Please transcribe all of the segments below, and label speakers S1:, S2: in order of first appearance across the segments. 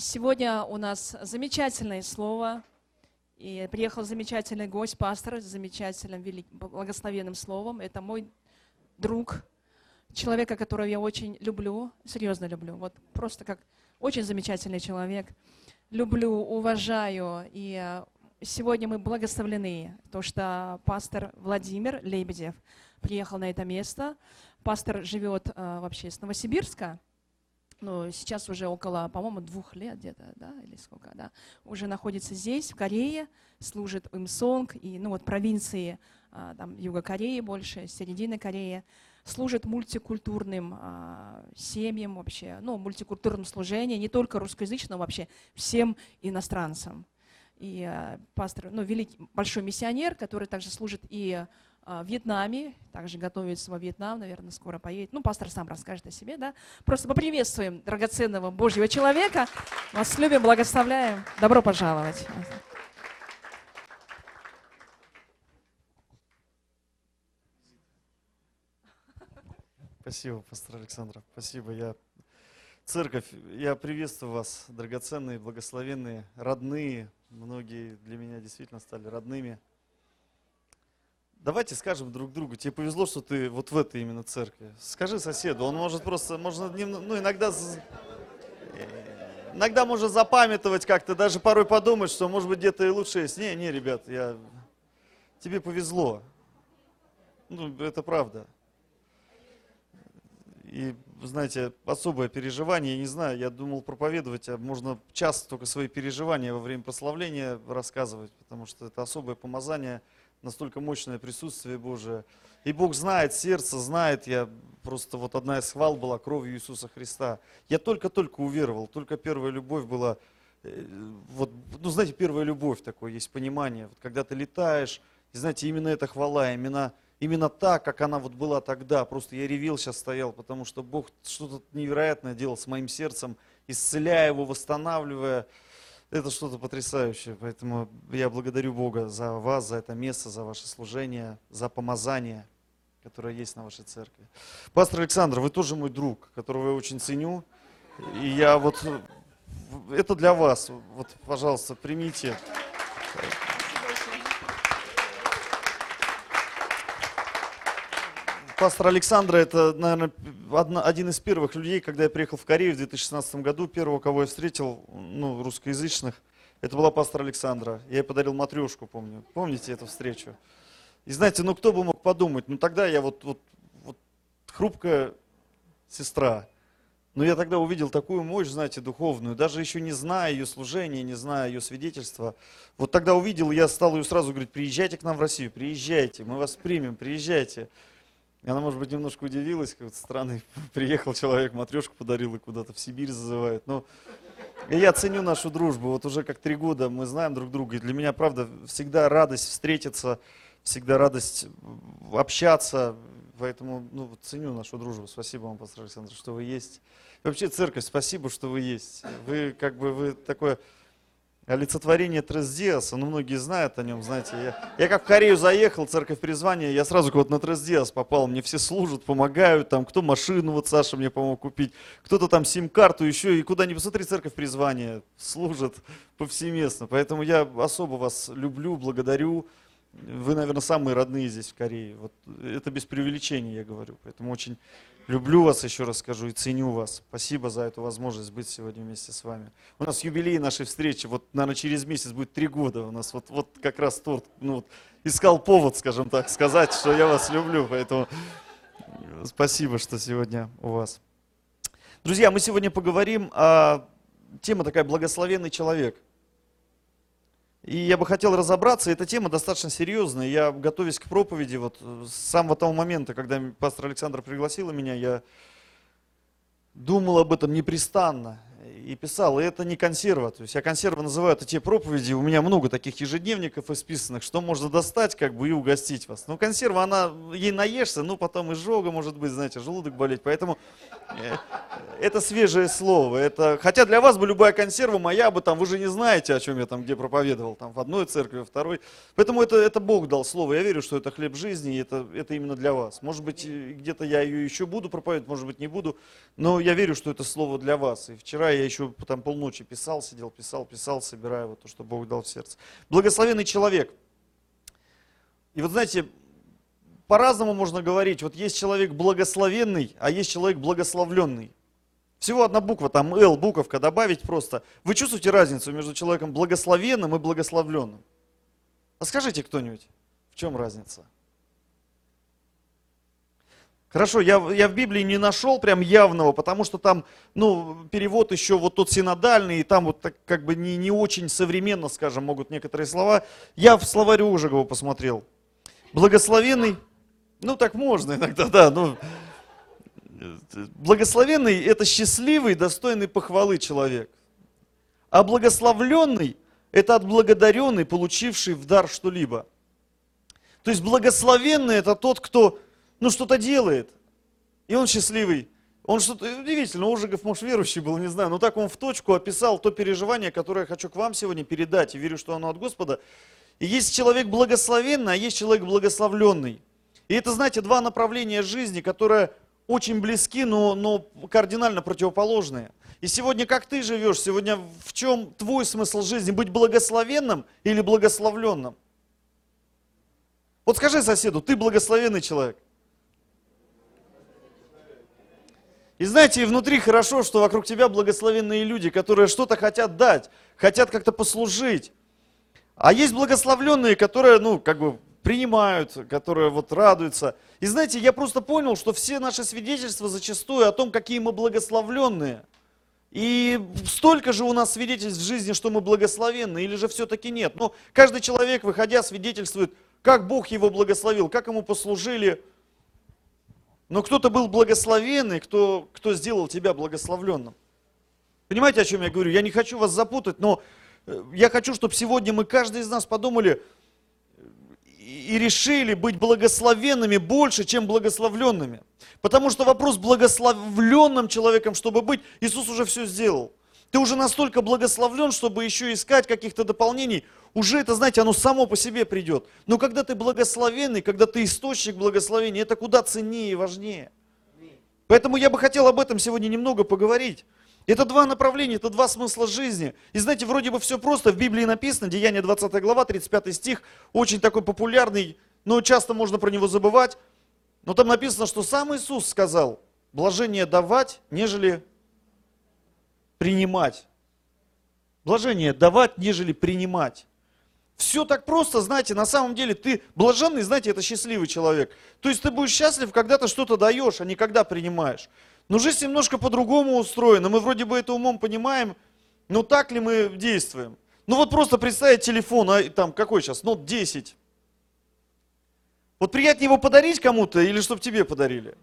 S1: Сегодня у нас замечательное слово. И приехал замечательный гость, пастор, с замечательным, благословенным словом. Это мой друг, человека, которого я очень люблю, серьезно люблю. Вот просто как очень замечательный человек. Люблю, уважаю. И сегодня мы благословлены, то, что пастор Владимир Лебедев приехал на это место. Пастор живет вообще с Новосибирска. Ну, сейчас уже около, по-моему, 2 лет где-то, да, или сколько, да, уже находится здесь, в Корее, служит в Имсонг, и, ну, вот провинции, там, Юга Кореи больше, середины Кореи, служит мультикультурным семьям вообще, ну, мультикультурным служением, не только русскоязычным, вообще всем иностранцам. И пастор, ну, великий, большой миссионер, который также служит и в Вьетнаме, также готовится во Вьетнам, наверное, скоро поедет. Ну, пастор сам расскажет о себе, да. Просто поприветствуем драгоценного Божьего человека. Вас любим, благословляем. Добро пожаловать.
S2: Спасибо, пастор Александра. Спасибо. Церковь, я приветствую вас, драгоценные, благословенные, родные. Многие для меня действительно стали родными. Давайте скажем друг другу, тебе повезло, что ты вот в этой именно церкви. Скажи соседу, он может просто, ну, иногда можно запамятовать как-то, даже порой подумать, что может быть где-то и лучше есть. Не, ребят, тебе повезло. Ну, это правда. И, знаете, особое переживание, я не знаю, я думал проповедовать, а можно часто только свои переживания во время прославления рассказывать, потому что это особое помазание, настолько мощное присутствие Божие. И Бог знает, сердце знает, просто вот одна из хвал была кровью Иисуса Христа. Я только-только уверовал, только первая любовь была, вот, ну, знаете, первая любовь такое, есть понимание, вот, когда ты летаешь, и, знаете, именно эта хвала, именно так, как она вот была тогда. Просто я ревел сейчас стоял, потому что Бог что-то невероятное делал с моим сердцем, исцеляя его, восстанавливая. Это что-то потрясающее. Поэтому я благодарю Бога за вас, за это место, за ваше служение, за помазание, которое есть на вашей церкви. Пастор Александр, вы тоже мой друг, которого я очень ценю. И я вот, это для вас. Вот, пожалуйста, примите. Пастор Александра, это, наверное, один из первых людей, когда я приехал в Корею в 2016 году, первого, кого я встретил, ну, русскоязычных, это была пастор Александра. Я ей подарил матрешку, помню. Помните эту встречу? И знаете, ну, кто бы мог подумать, ну, тогда я вот хрупкая сестра, но я тогда увидел такую мощь, знаете, духовную, даже еще не зная ее служения, не зная ее свидетельства. Вот тогда увидел, я стал ее сразу говорить: приезжайте к нам в Россию, приезжайте, мы вас примем, приезжайте. И она, может быть, немножко удивилась, как странный приехал человек, матрешку подарил и куда-то в Сибирь зазывает. Но я ценю нашу дружбу. Вот уже как 3 года мы знаем друг друга. И для меня, правда, всегда радость встретиться, всегда радость общаться. Поэтому, ну, ценю нашу дружбу. Спасибо вам, пастор Александр, что вы есть. И вообще, церковь, спасибо, что вы есть. Вы такое олицетворение Трес-Диаса, ну, многие знают о нем, знаете. Я как в Корею заехал, церковь призвания, я сразу вот на Трес-Диас попал, мне все служат, помогают, там, кто машину, вот Саша мне помог купить, кто-то там сим-карту еще, и куда ни посмотри, церковь призвания служит повсеместно. Поэтому я особо вас люблю, благодарю. Вы, наверное, самые родные здесь в Корее. Вот это без преувеличения, я говорю. Поэтому очень люблю вас, еще раз скажу, и ценю вас. Спасибо за эту возможность быть сегодня вместе с вами. У нас юбилей нашей встречи, вот, наверное, через месяц будет 3 года. У нас вот как раз торт, ну, вот, искал повод, скажем так, сказать, что я вас люблю. Поэтому спасибо, что сегодня у вас. Друзья, мы сегодня поговорим тема такая: благословенный человек. И я бы хотел разобраться, эта тема достаточно серьезная. Я, готовясь к проповеди, вот с самого того момента, когда пастор Александр пригласила меня, я думал об этом непрестанно и писал. И это не консерва. То есть я консерва называю это те проповеди. У меня много таких ежедневников исписанных, что можно достать как бы и угостить вас. Но консерва, ей наешься, ну потом изжога может быть, знаете, желудок болеть. Поэтому это свежее слово. Хотя для вас бы любая консерва моя бы там, вы же не знаете, о чем я там где проповедовал, там в одной церкви, во второй. Поэтому это Бог дал слово. Я верю, что это хлеб жизни, и это именно для вас. Может быть, где-то я ее еще буду проповедовать, может быть, не буду. Но я верю, что это слово для вас. И вчера я еще ночью, там полночи писал, сидел, писал, собирая вот то, что Бог дал в сердце. Благословенный человек. И вот знаете, по-разному можно говорить. Вот есть человек благословенный, а есть человек благословленный. Всего одна буква, там Л, буковка, добавить просто. Вы чувствуете разницу между человеком благословенным и благословленным? А скажите кто-нибудь, в чем разница? Хорошо, я в Библии не нашел прям явного, потому что там, перевод еще вот тот синодальный, и там вот так, как бы не очень современно, скажем, могут некоторые слова. Я в словаре Ужегова посмотрел. Благословенный, так можно иногда, да, благословенный – это счастливый, достойный похвалы человек. А благословленный – это отблагодаренный, получивший в дар что-либо. То есть благословенный – это тот, кто что-то делает, и он счастливый. Он что-то, удивительно, Ужегов, может, верующий был, не знаю, но так он в точку описал то переживание, которое я хочу к вам сегодня передать, и верю, что оно от Господа. И есть человек благословенный, а есть человек благословленный. И это, знаете, два направления жизни, которые очень близки, но кардинально противоположные. И сегодня как ты живешь, сегодня в чем твой смысл жизни, быть благословенным или благословленным? Вот скажи соседу, ты благословенный человек. И знаете, и внутри хорошо, что вокруг тебя благословенные люди, которые что-то хотят дать, хотят как-то послужить. А есть благословленные, которые, принимают, которые вот радуются. И знаете, я просто понял, что все наши свидетельства зачастую о том, какие мы благословленные. И столько же у нас свидетельств в жизни, что мы благословенны, или же все-таки нет. Но каждый человек, выходя, свидетельствует, как Бог его благословил, как ему послужили. Но кто-то был благословенный, кто сделал тебя благословленным. Понимаете, о чем я говорю? Я не хочу вас запутать, но я хочу, чтобы сегодня мы, каждый из нас, подумали и решили быть благословенными больше, чем благословленными. Потому что вопрос благословленным человеком, чтобы быть, Иисус уже все сделал. Ты уже настолько благословлен, чтобы еще искать каких-то дополнений. Уже это, знаете, оно само по себе придет. Но когда ты благословенный, когда ты источник благословения, это куда ценнее и важнее. Поэтому я бы хотел об этом сегодня немного поговорить. Это два направления, это два смысла жизни. И знаете, вроде бы все просто, в Библии написано, Деяния 20 глава, 35 стих, очень такой популярный, но часто можно про него забывать. Но там написано, что сам Иисус сказал, блажение давать, нежели принимать. Блажение давать, нежели принимать. Все так просто, знаете, на самом деле ты блаженный, знаете, это счастливый человек. То есть ты будешь счастлив, когда ты что-то даешь, а не когда принимаешь. Но жизнь немножко по-другому устроена, мы вроде бы это умом понимаем, но так ли мы действуем? Вот просто представить телефон, там какой сейчас, Note 10. Вот приятнее его подарить кому-то или чтобы тебе подарили?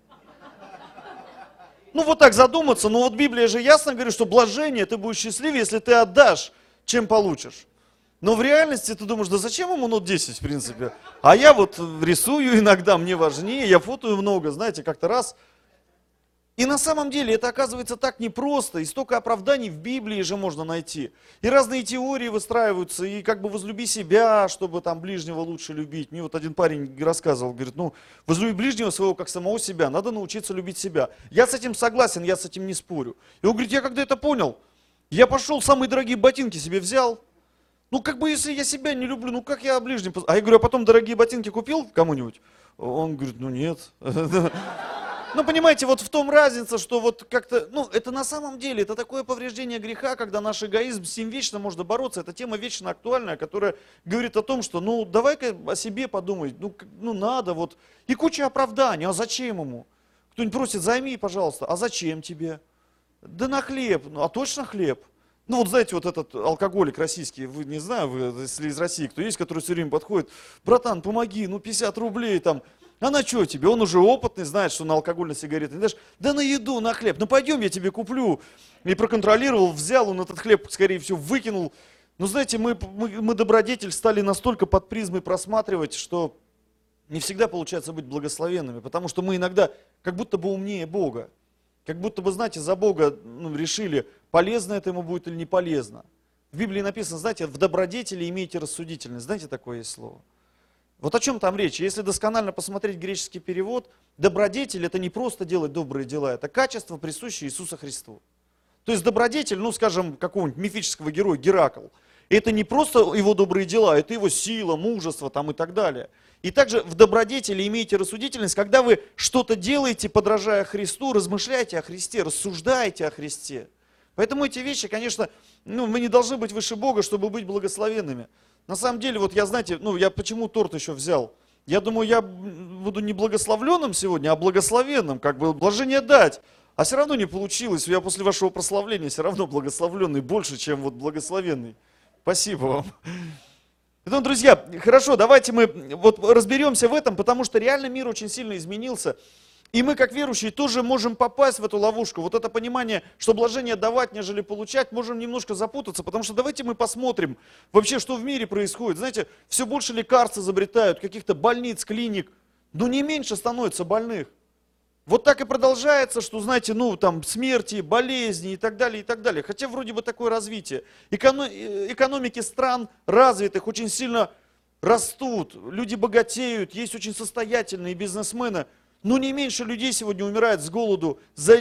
S2: Вот так задуматься, но вот Библия же ясно говорит, что блажение, ты будешь счастливее, если ты отдашь, чем получишь. Но в реальности ты думаешь, да зачем ему Note 10 в принципе? А я вот рисую иногда, мне важнее, я фотою много, знаете, как-то раз. И на самом деле это оказывается так непросто, и столько оправданий в Библии же можно найти. И разные теории выстраиваются, и как бы возлюби себя, чтобы там ближнего лучше любить. Мне вот один парень рассказывал, говорит, возлюби ближнего своего как самого себя, надо научиться любить себя. Я с этим согласен, я с этим не спорю. И он говорит, я когда это понял, я пошел самые дорогие ботинки себе взял. Если я себя не люблю, как я о ближнем? А я говорю, а потом дорогие ботинки купил кому-нибудь? Он говорит, нет. Понимаете, вот в том разница, что вот как-то, это на самом деле, это такое повреждение греха, когда наш эгоизм, с ним вечно можно бороться, это тема вечно актуальная, которая говорит о том, что, давай-ка о себе подумай, надо, вот, и куча оправданий, а зачем ему? Кто-нибудь просит, займи, пожалуйста, а зачем тебе? Да на хлеб, а точно хлеб? Знаете, вот этот алкоголик российский, вы не знаю, вы, если из России кто есть, который все время подходит, братан, помоги, 50 рублей там. А на что тебе? Он уже опытный, знает, что на алкоголь, на сигареты не дашь. Да на еду, на хлеб. Пойдем, я тебе куплю. И проконтролировал, взял, он этот хлеб, скорее всего, выкинул. Знаете, мы добродетель стали настолько под призмой просматривать, что не всегда получается быть благословенными, потому что мы иногда как будто бы умнее Бога. Как будто бы, знаете, за Бога решили, полезно это ему будет или не полезно. В Библии написано, знаете, в добродетели имейте рассудительность. Знаете, такое есть слово? Вот о чем там речь? Если досконально посмотреть греческий перевод, добродетель это не просто делать добрые дела, это качество, присущее Иисусу Христу. То есть добродетель, ну скажем, какого-нибудь мифического героя Геракл, это не просто его добрые дела, это его сила, мужество там и так далее. И также в добродетели имейте рассудительность, когда вы что-то делаете, подражая Христу, размышляйте о Христе, рассуждайте о Христе. Поэтому эти вещи, конечно, мы не должны быть выше Бога, чтобы быть благословенными. На самом деле, вот я, знаете, я почему торт еще взял? Я думаю, я буду не благословленным сегодня, а благословенным, как бы блажение дать. А все равно не получилось. Я после вашего прославления все равно благословленный больше, чем вот благословенный. Спасибо вам. Итак, друзья, хорошо, давайте мы вот разберемся в этом, потому что реально мир очень сильно изменился. И мы, как верующие, тоже можем попасть в эту ловушку. Вот это понимание, что блажение давать, нежели получать, можем немножко запутаться. Потому что давайте мы посмотрим вообще, что в мире происходит. Знаете, все больше лекарств изобретают, каких-то больниц, клиник, но не меньше становится больных. Вот так и продолжается, что, знаете, там смерти, болезни и так далее, и так далее. Хотя вроде бы такое развитие. Экономики стран развитых очень сильно растут, люди богатеют, есть очень состоятельные бизнесмены. Но не меньше людей сегодня умирает с голоду, за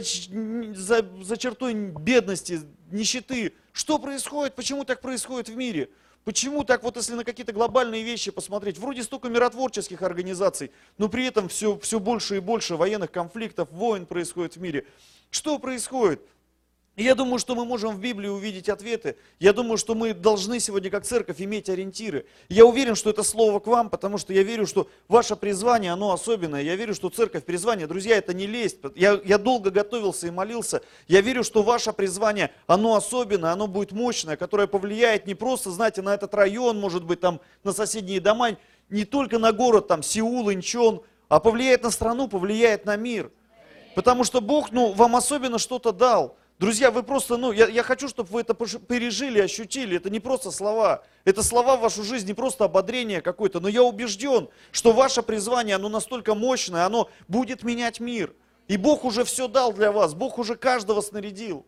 S2: чертой бедности, нищеты. Что происходит? Почему так происходит в мире? Почему так, вот если на какие-то глобальные вещи посмотреть, вроде столько миротворческих организаций, но при этом все больше и больше военных конфликтов, войн происходит в мире. Что происходит? И я думаю, что мы можем в Библии увидеть ответы. Я думаю, что мы должны сегодня как церковь иметь ориентиры. Я уверен, что это слово к вам, потому что я верю, что ваше призвание, оно особенное. Я верю, что церковь призвание, друзья, это не лесть. Я долго готовился и молился. Я верю, что ваше призвание, оно особенное, оно будет мощное, которое повлияет не просто, знаете, на этот район, может быть, там на соседние дома, не только на город, там Сеул, Инчон, а повлияет на страну, повлияет на мир. Потому что Бог, вам особенно что-то дал. Друзья, вы просто, я хочу, чтобы вы это пережили, ощутили. Это не просто слова. Это слова в вашу жизнь, не просто ободрение какое-то. Но я убежден, что ваше призвание, оно настолько мощное, оно будет менять мир. И Бог уже все дал для вас. Бог уже каждого снарядил.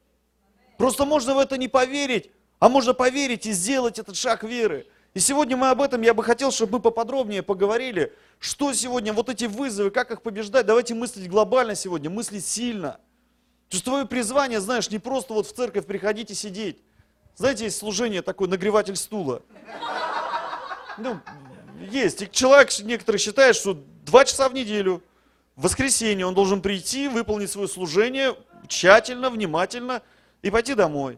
S2: Просто можно в это не поверить, а можно поверить и сделать этот шаг веры. И сегодня мы об этом, я бы хотел, чтобы мы поподробнее поговорили, что сегодня, вот эти вызовы, как их побеждать. Давайте мыслить глобально сегодня, мыслить сильно. Потому что твое призвание, знаешь, не просто вот в церковь приходить и сидеть. Знаете, есть служение такое, нагреватель стула. Есть. И человек, некоторые считают, что 2 часа в неделю, в воскресенье он должен прийти, выполнить свое служение тщательно, внимательно и пойти домой.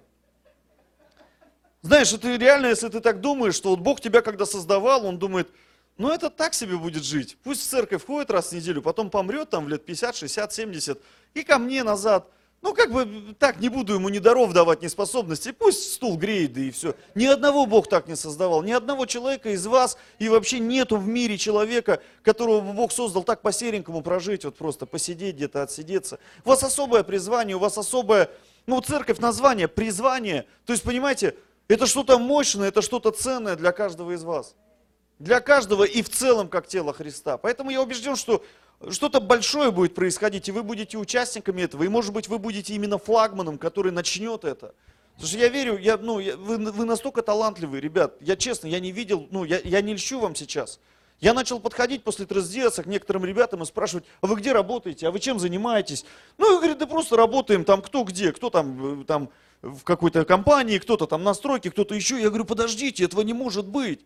S2: Знаешь, это реально, если ты так думаешь, что вот Бог тебя когда создавал, Он думает, это так себе будет жить. Пусть в церковь ходит раз в неделю, потом помрет там в лет 50, 60, 70, и ко мне назад. Так, не буду ему ни даров давать, ни способностей, пусть стул греет, да и все. Ни одного Бог так не создавал, ни одного человека из вас, и вообще нету в мире человека, которого Бог создал так по-серенькому прожить, вот просто посидеть где-то, отсидеться. У вас особое призвание, у вас особое, церковь название, призвание. То есть, понимаете, это что-то мощное, это что-то ценное для каждого из вас. Для каждого и в целом, как тело Христа. Поэтому я убежден, что что-то большое будет происходить, и вы будете участниками этого, и, может быть, вы будете именно флагманом, который начнет это. Потому что я верю, вы настолько талантливые, ребят, я честно, я не видел, я не льщу вам сейчас. Я начал подходить после Трасдиаса к некоторым ребятам и спрашивать, а вы где работаете, а вы чем занимаетесь? И говорят, да просто работаем там кто где, кто там в какой-то компании, кто-то там на стройке, кто-то еще. Я говорю, подождите, этого не может быть.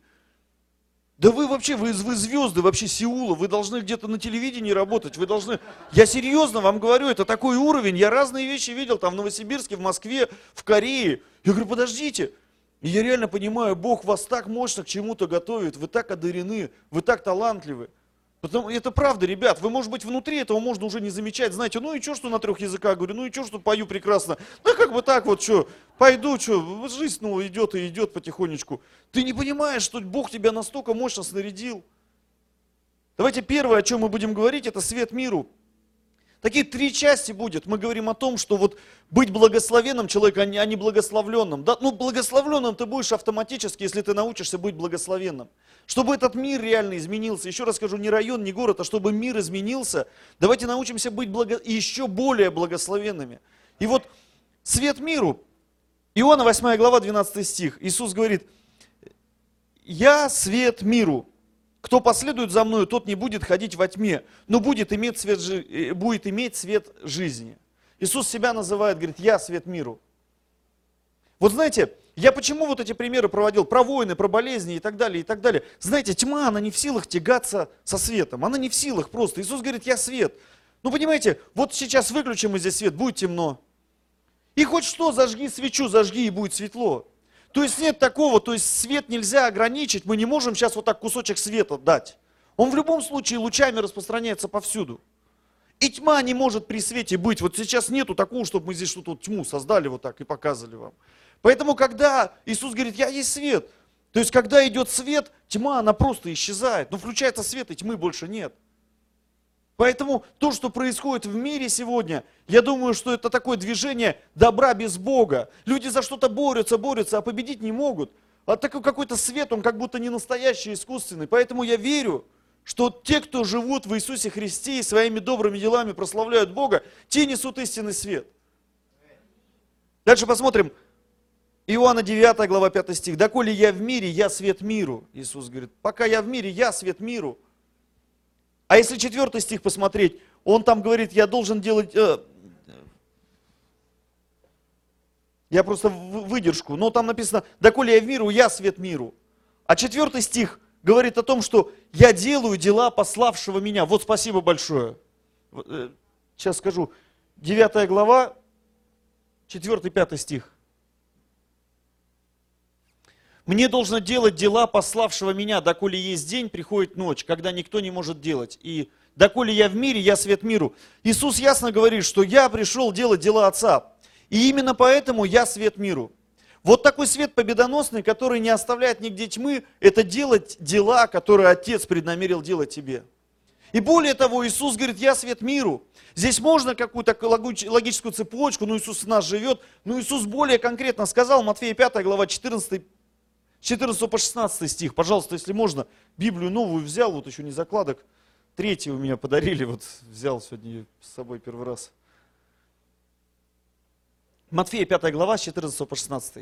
S2: Да вы вообще, вы звезды вообще Сеула, вы должны где-то на телевидении работать, вы должны... Я серьезно вам говорю, это такой уровень, я разные вещи видел там в Новосибирске, в Москве, в Корее. Я говорю, подождите, и я реально понимаю, Бог вас так мощно к чему-то готовит, вы так одарены, вы так талантливы. Это правда, ребят, вы, может быть, внутри этого можно уже не замечать, знаете, и что на 3 языках говорю, и что пою прекрасно, как бы так вот, пойду, жизнь, идет и идет потихонечку. Ты не понимаешь, что Бог тебя настолько мощно снарядил. Давайте первое, о чем мы будем говорить, это свет миру. Такие 3 части будет. Мы говорим о том, что вот быть благословенным человеком, а не благословленным. Да, благословленным ты будешь автоматически, если ты научишься быть благословенным. Чтобы этот мир реально изменился, еще раз скажу, не район, не город, а чтобы мир изменился, давайте научимся быть еще более благословенными. И вот свет миру. Иоанна 8 глава, 12 стих. Иисус говорит, «Я свет миру. Кто последует за мною, тот не будет ходить во тьме, но будет иметь свет жизни». Иисус себя называет, говорит, я свет миру. Вот знаете, я почему вот эти примеры проводил, про войны, про болезни и так далее, и так далее. Знаете, тьма, она не в силах тягаться со светом, она не в силах просто. Иисус говорит, я свет. Ну понимаете, вот сейчас выключим мы здесь свет, будет темно. И хоть что, зажги свечу, зажги, и будет светло. То есть нет такого, то есть свет нельзя ограничить, мы не можем сейчас вот так кусочек света дать. Он в любом случае лучами распространяется повсюду. И тьма не может при свете быть. Вот сейчас нету такого, чтобы мы здесь что-то тьму создали вот так и показывали вам. Поэтому, когда Иисус говорит, я есть свет, то есть, когда идет свет, тьма, она просто исчезает. Но включается свет, и тьмы больше нет. Поэтому то, что происходит в мире сегодня, я думаю, что это такое движение добра без Бога. Люди за что-то борются, а победить не могут. А такой какой-то свет, он как будто не настоящий, искусственный. Поэтому я верю, что те, кто живут в Иисусе Христе и своими добрыми делами прославляют Бога, те несут истинный свет. Дальше посмотрим. Иоанна 9 глава 5 стих. «Доколе я в мире, я свет миру». Иисус говорит, пока я в мире, я свет миру. А если 4 стих посмотреть, он там говорит, я должен делать... Я просто выдержку, но там написано, доколе я в миру, я свет миру. А 4 стих говорит о том, что я делаю дела пославшего меня. Вот спасибо большое. Сейчас скажу. 9 глава, 4-5 стих. Мне должно делать дела пославшего меня, доколе есть день, приходит ночь, когда никто не может делать. И доколе я в мире, я свет миру. Иисус ясно говорит, что я пришел делать дела Отца. И именно поэтому я свет миру. Вот такой свет победоносный, который не оставляет нигде тьмы, это делать дела, которые Отец преднамерил делать тебе. И более того, Иисус говорит, я свет миру. Здесь можно какую-то логическую цепочку, но Иисус в нас живет. Но Иисус более конкретно сказал, Матфея 5 глава 14 по 16 стих. Пожалуйста, если можно, Библию новую взял, вот еще не закладок. 3 у меня подарили, вот взял сегодня с собой первый раз. Матфея 5 глава, с 14 по 16.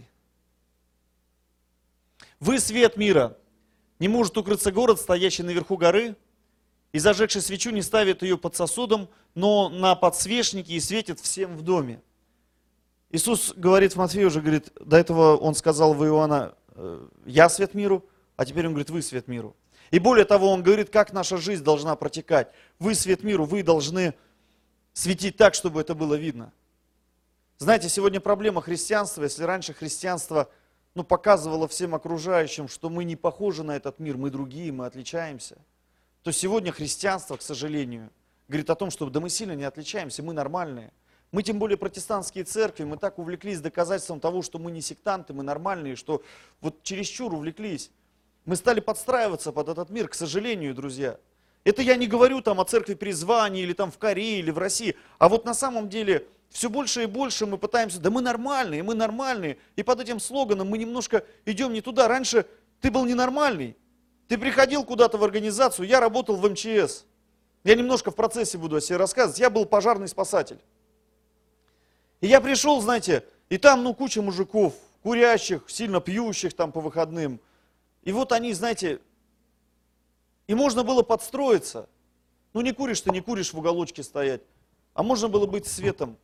S2: «Вы свет мира. Не может укрыться город, стоящий наверху горы, и зажегший свечу не ставит ее под сосудом, но на подсвечнике и светит всем в доме». Иисус говорит в Матфея уже, говорит, до этого он сказал в Иоанна, я свет миру, а теперь он говорит, вы свет миру. И более того, он говорит, как наша жизнь должна протекать. Вы свет миру, вы должны светить так, чтобы это было видно. Знаете, сегодня проблема христианства, если раньше христианство показывало всем окружающим, что мы не похожи на этот мир, мы другие, мы отличаемся, то сегодня христианство, к сожалению, говорит о том, что да мы сильно не отличаемся, мы нормальные. Мы, тем более протестантские церкви, мы так увлеклись доказательством того, что мы не сектанты, мы нормальные, что вот чересчур увлеклись. Мы стали подстраиваться под этот мир, к сожалению, друзья. Это я не говорю там о церкви призвания, или там в Корее, или в России, а вот на самом деле все больше и больше мы пытаемся, да мы нормальные, и под этим слоганом мы немножко идем не туда. Раньше ты был ненормальный, ты приходил куда-то в организацию, я работал в МЧС. Я немножко в процессе буду о себе рассказывать, я был пожарный спасатель. И я пришел, знаете, и там, куча мужиков, курящих, сильно пьющих там по выходным. И вот они, знаете, и можно было подстроиться. Не куришь ты, не куришь в уголочке стоять. А можно было быть светом.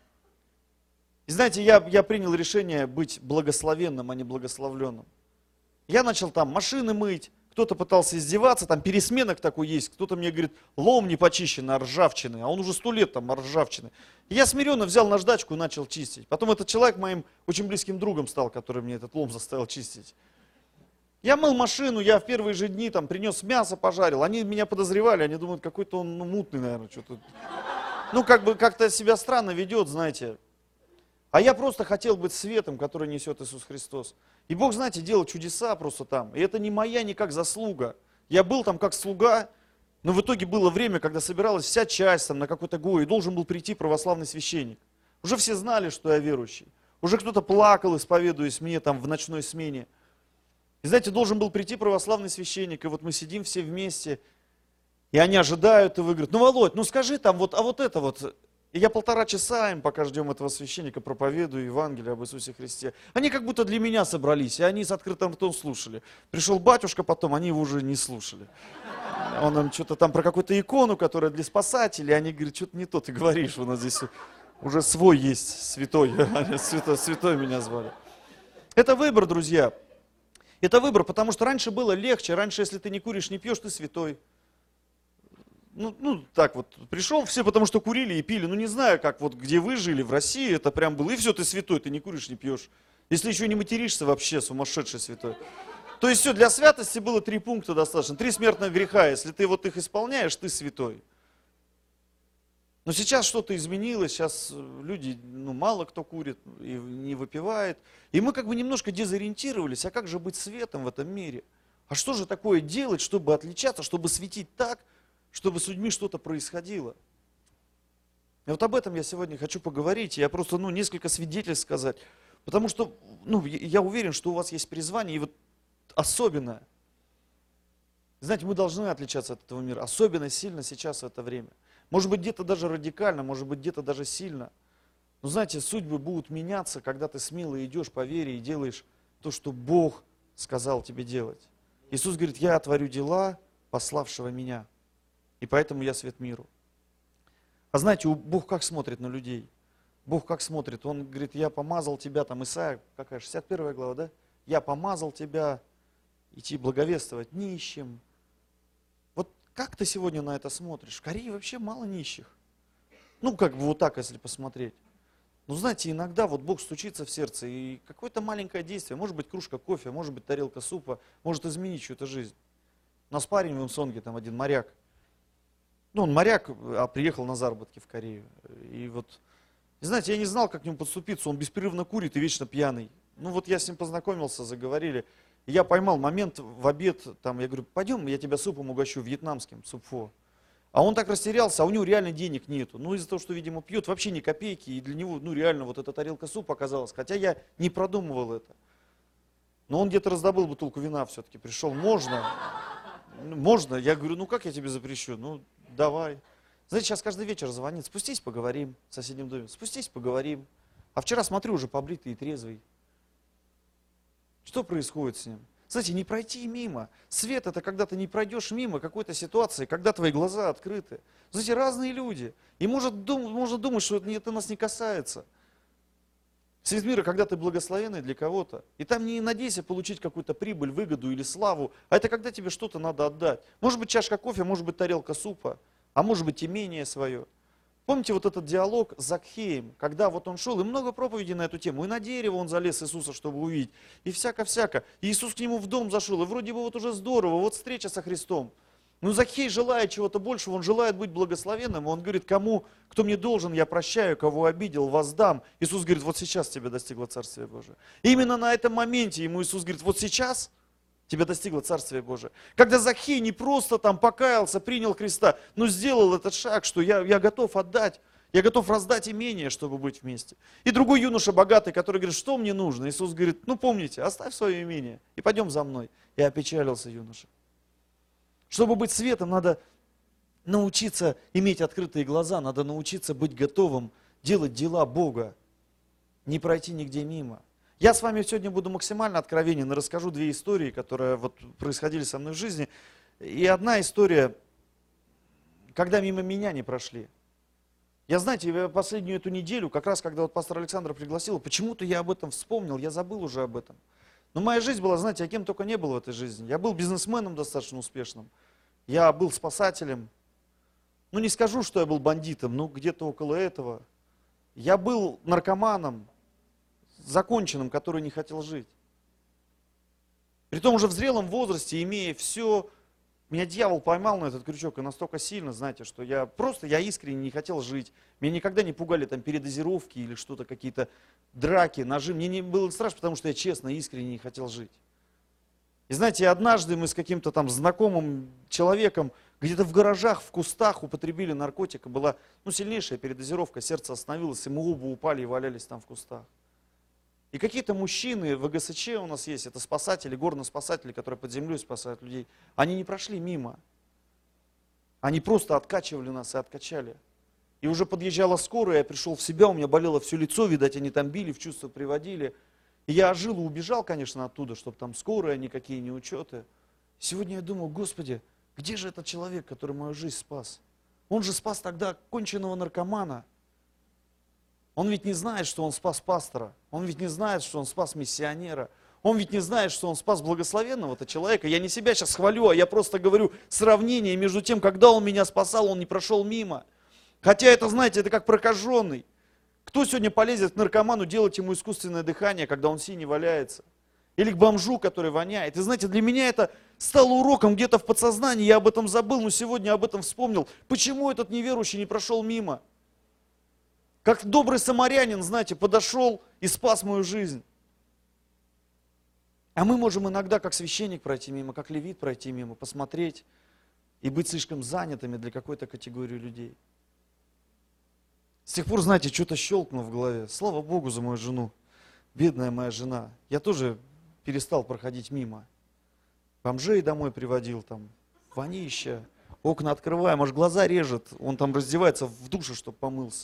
S2: И знаете, я принял решение быть благословенным, а не благословленным. Я начал там машины мыть, кто-то пытался издеваться, там пересменок такой есть, кто-то мне говорит, лом не почищен, а ржавчины, а он уже 100 лет там ржавчины. И я смиренно взял наждачку и начал чистить. Потом этот человек моим очень близким другом стал, который мне этот лом заставил чистить. Я мыл машину, я в первые же дни там принес мясо, пожарил. Они меня подозревали, они думают, какой-то он мутный, наверное, что-то. Как-то себя странно ведет, знаете. А я просто хотел быть светом, который несет Иисус Христос. И Бог, знаете, делал чудеса просто там. И это не моя никак заслуга. Я был там как слуга, но в итоге было время, когда собиралась вся часть там на какой-то гой, и должен был прийти православный священник. Уже все знали, что я верующий. Уже кто-то плакал, исповедуясь мне там в ночной смене. И знаете, должен был прийти православный священник, и вот мы сидим все вместе, и они ожидают, и вы говорите, Володь, скажи там вот, а вот это вот. И я 1,5 часа им, пока ждем этого священника, проповедую Евангелие об Иисусе Христе. Они как будто для меня собрались, и они с открытым ртом слушали. Пришел батюшка потом, они его уже не слушали. Он им что-то там про какую-то икону, которая для спасателей, они говорят, что-то не то ты говоришь, у нас здесь Уже свой есть святой. Святой меня звали. Это выбор, друзья. Это выбор, потому что раньше было легче. Раньше, если ты не куришь, не пьешь, ты святой. Ну, так вот, пришел все, потому что курили и пили. Ну, не знаю, как вот, где вы жили, в России это прям было. И все, ты святой, ты не куришь, не пьешь. Если еще не материшься, вообще сумасшедший святой. То есть все, для святости было 3 пункта достаточно. 3 смертных греха. Если ты вот их исполняешь, ты святой. Но сейчас что-то изменилось, сейчас люди, мало кто курит и не выпивает. И мы как бы немножко дезориентировались, а как же быть светом в этом мире? А что же такое делать, чтобы отличаться, чтобы светить так, чтобы с людьми что-то происходило? И вот об этом я сегодня хочу поговорить. Я просто, несколько свидетельств сказать. Потому что, я уверен, что у вас есть призвание, и вот особенное. Знаете, мы должны отличаться от этого мира, особенно сильно сейчас в это время. Может быть, где-то даже радикально, может быть, где-то даже сильно. Но знаете, судьбы будут меняться, когда ты смело идешь по вере и делаешь то, что Бог сказал тебе делать. Иисус говорит, я творю дела пославшего меня, и поэтому я свет миру. А знаете, Бог как смотрит на людей? Бог как смотрит? Он говорит, я помазал тебя, там Исайя, 61 глава, да? Я помазал тебя идти благовествовать нищим. Как ты сегодня на это смотришь? В Корее вообще мало нищих. Как бы вот так, если посмотреть. Знаете, иногда вот Бог стучится в сердце, и какое-то маленькое действие, может быть кружка кофе, может быть тарелка супа, может изменить чью-то жизнь. У нас парень в Имсонге, там один моряк. Он моряк, а приехал на заработки в Корею. И знаете, я не знал, как к нему подступиться, он беспрерывно курит и вечно пьяный. Я с ним познакомился, заговорили. Я поймал момент в обед, я говорю, пойдем, я тебя супом угощу, вьетнамским, супфо. А он так растерялся, а у него реально денег нету. Из-за того, что, видимо, пьет вообще ни копейки, и для него, реально вот эта тарелка супа оказалась. Хотя я не продумывал это. Но он где-то раздобыл бутылку вина все-таки, пришел, можно? Можно. Я говорю, как я тебе запрещу? Давай. Знаете, сейчас каждый вечер звонит, спустись, поговорим в соседнем доме, спустись, поговорим. А вчера смотрю, уже побритый и трезвый. Что происходит с ним? Знаете, не пройти мимо. Свет — это когда ты не пройдешь мимо какой-то ситуации, когда твои глаза открыты. Знаете, разные люди. И можно думать, что это нас не касается. Свет мира, когда ты благословенный для кого-то. И там не надейся получить какую-то прибыль, выгоду или славу, а это когда тебе что-то надо отдать. Может быть чашка кофе, может быть тарелка супа, а может быть имение свое. Помните вот этот диалог с Закхеем, когда он шел, и много проповедей на эту тему, и на дерево он залез Иисуса, чтобы увидеть, и всяко-всяко. И Иисус к нему в дом зашел, и вроде бы уже здорово, встреча со Христом. Но Закхей желает чего-то большего, он желает быть благословенным, он говорит, кто мне должен, я прощаю, кого обидел, воздам. Иисус говорит, вот сейчас тебя достигло Царствие Божие. И именно на этом моменте ему Иисус говорит, вот сейчас тебя достигло Царствие Божие. Когда Закхей не просто покаялся, принял Христа, но сделал этот шаг, что я готов отдать, я готов раздать имение, чтобы быть вместе. И другой юноша богатый, который говорит, что мне нужно? Иисус говорит, помните, оставь свое имение и пойдем за мной. И опечалился юноша. Чтобы быть светом, надо научиться иметь открытые глаза, надо научиться быть готовым делать дела Бога, не пройти нигде мимо. Я с вами сегодня буду максимально откровенен и расскажу 2 истории, которые происходили со мной в жизни. И одна история, когда мимо меня не прошли. Я, знаете, последнюю эту неделю, как раз когда пастор Александр пригласил, почему-то я об этом вспомнил, я забыл уже об этом. Но моя жизнь была, знаете, я кем только не был в этой жизни. Я был бизнесменом достаточно успешным, я был спасателем. Не скажу, что я был бандитом, но где-то около этого. Я был наркоманом, законченным, который не хотел жить. Притом уже в зрелом возрасте, имея все, меня дьявол поймал на этот крючок и настолько сильно, знаете, что я искренне не хотел жить. Меня никогда не пугали передозировки или что-то, какие-то драки, ножи. Мне не было страшно, потому что я честно, искренне не хотел жить. И знаете, однажды мы с каким-то знакомым человеком где-то в гаражах, в кустах употребили наркотик, и была сильнейшая передозировка, сердце остановилось, и мы оба упали и валялись там в кустах. И какие-то мужчины, в ВГСЧ у нас есть, это спасатели, горно-спасатели, которые под землей спасают людей, они не прошли мимо. Они просто откачивали нас и откачали. И уже подъезжала скорая, я пришел в себя, у меня болело все лицо, видать, они там били, в чувство приводили. И я ожил и убежал, конечно, оттуда, чтобы там скорая, никакие не учеты. Сегодня я думал, Господи, где же этот человек, который мою жизнь спас? Он же спас тогда конченного наркомана. Он ведь не знает, что он спас пастора. Он ведь не знает, что он спас миссионера. Он ведь не знает, что он спас благословенного-то человека. Я не себя сейчас хвалю, а я просто говорю сравнение между тем, когда он меня спасал, он не прошел мимо. Хотя это, знаете, это как прокаженный. Кто сегодня полезет к наркоману делать ему искусственное дыхание, когда он синий валяется? Или к бомжу, который воняет? И знаете, для меня это стало уроком где-то в подсознании, я об этом забыл, но сегодня об этом вспомнил. Почему этот неверующий не прошел мимо? Как добрый самарянин, знаете, подошел и спас мою жизнь. А мы можем иногда, как священник, пройти мимо, как левит пройти мимо, посмотреть и быть слишком занятыми для какой-то категории людей. С тех пор, знаете, что-то щелкнуло в голове. Слава Богу за мою жену. Бедная моя жена. Я тоже перестал проходить мимо. Бомжей домой приводил, там, вонища, окна открываем, аж глаза режет. Он там раздевается в душе, чтобы помылся.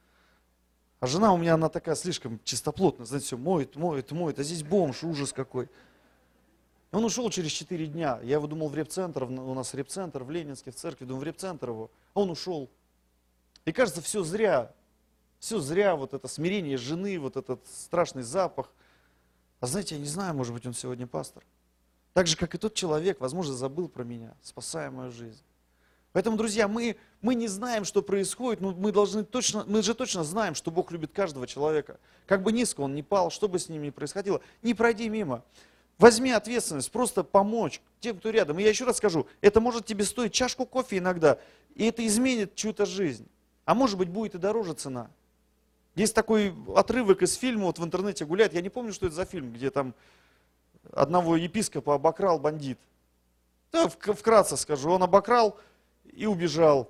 S2: А жена у меня, она такая слишком чистоплотная, знаете, все моет, моет, моет, а здесь бомж, ужас какой. Он ушел через 4 дня. Я его думал в репцентр, у нас репцентр в Ленинске, в церкви, думал в репцентр его. А он ушел. И кажется, все зря, вот это смирение жены, вот этот страшный запах. А знаете, я не знаю, может быть, он сегодня пастор. Так же, как и тот человек, возможно, забыл про меня, спасая мою жизнь. Поэтому, друзья, мы не знаем, что происходит, но мы же точно знаем, что Бог любит каждого человека. Как бы низко он ни пал, что бы с ним ни происходило, не пройди мимо. Возьми ответственность, просто помочь тем, кто рядом. И я еще раз скажу, это может тебе стоить чашку кофе иногда, и это изменит чью-то жизнь. А может быть, будет и дороже цена. Есть такой отрывок из фильма, вот в интернете гуляет, я не помню, что это за фильм, где там одного епископа обокрал бандит. Да, вкратце скажу, он обокрал и убежал.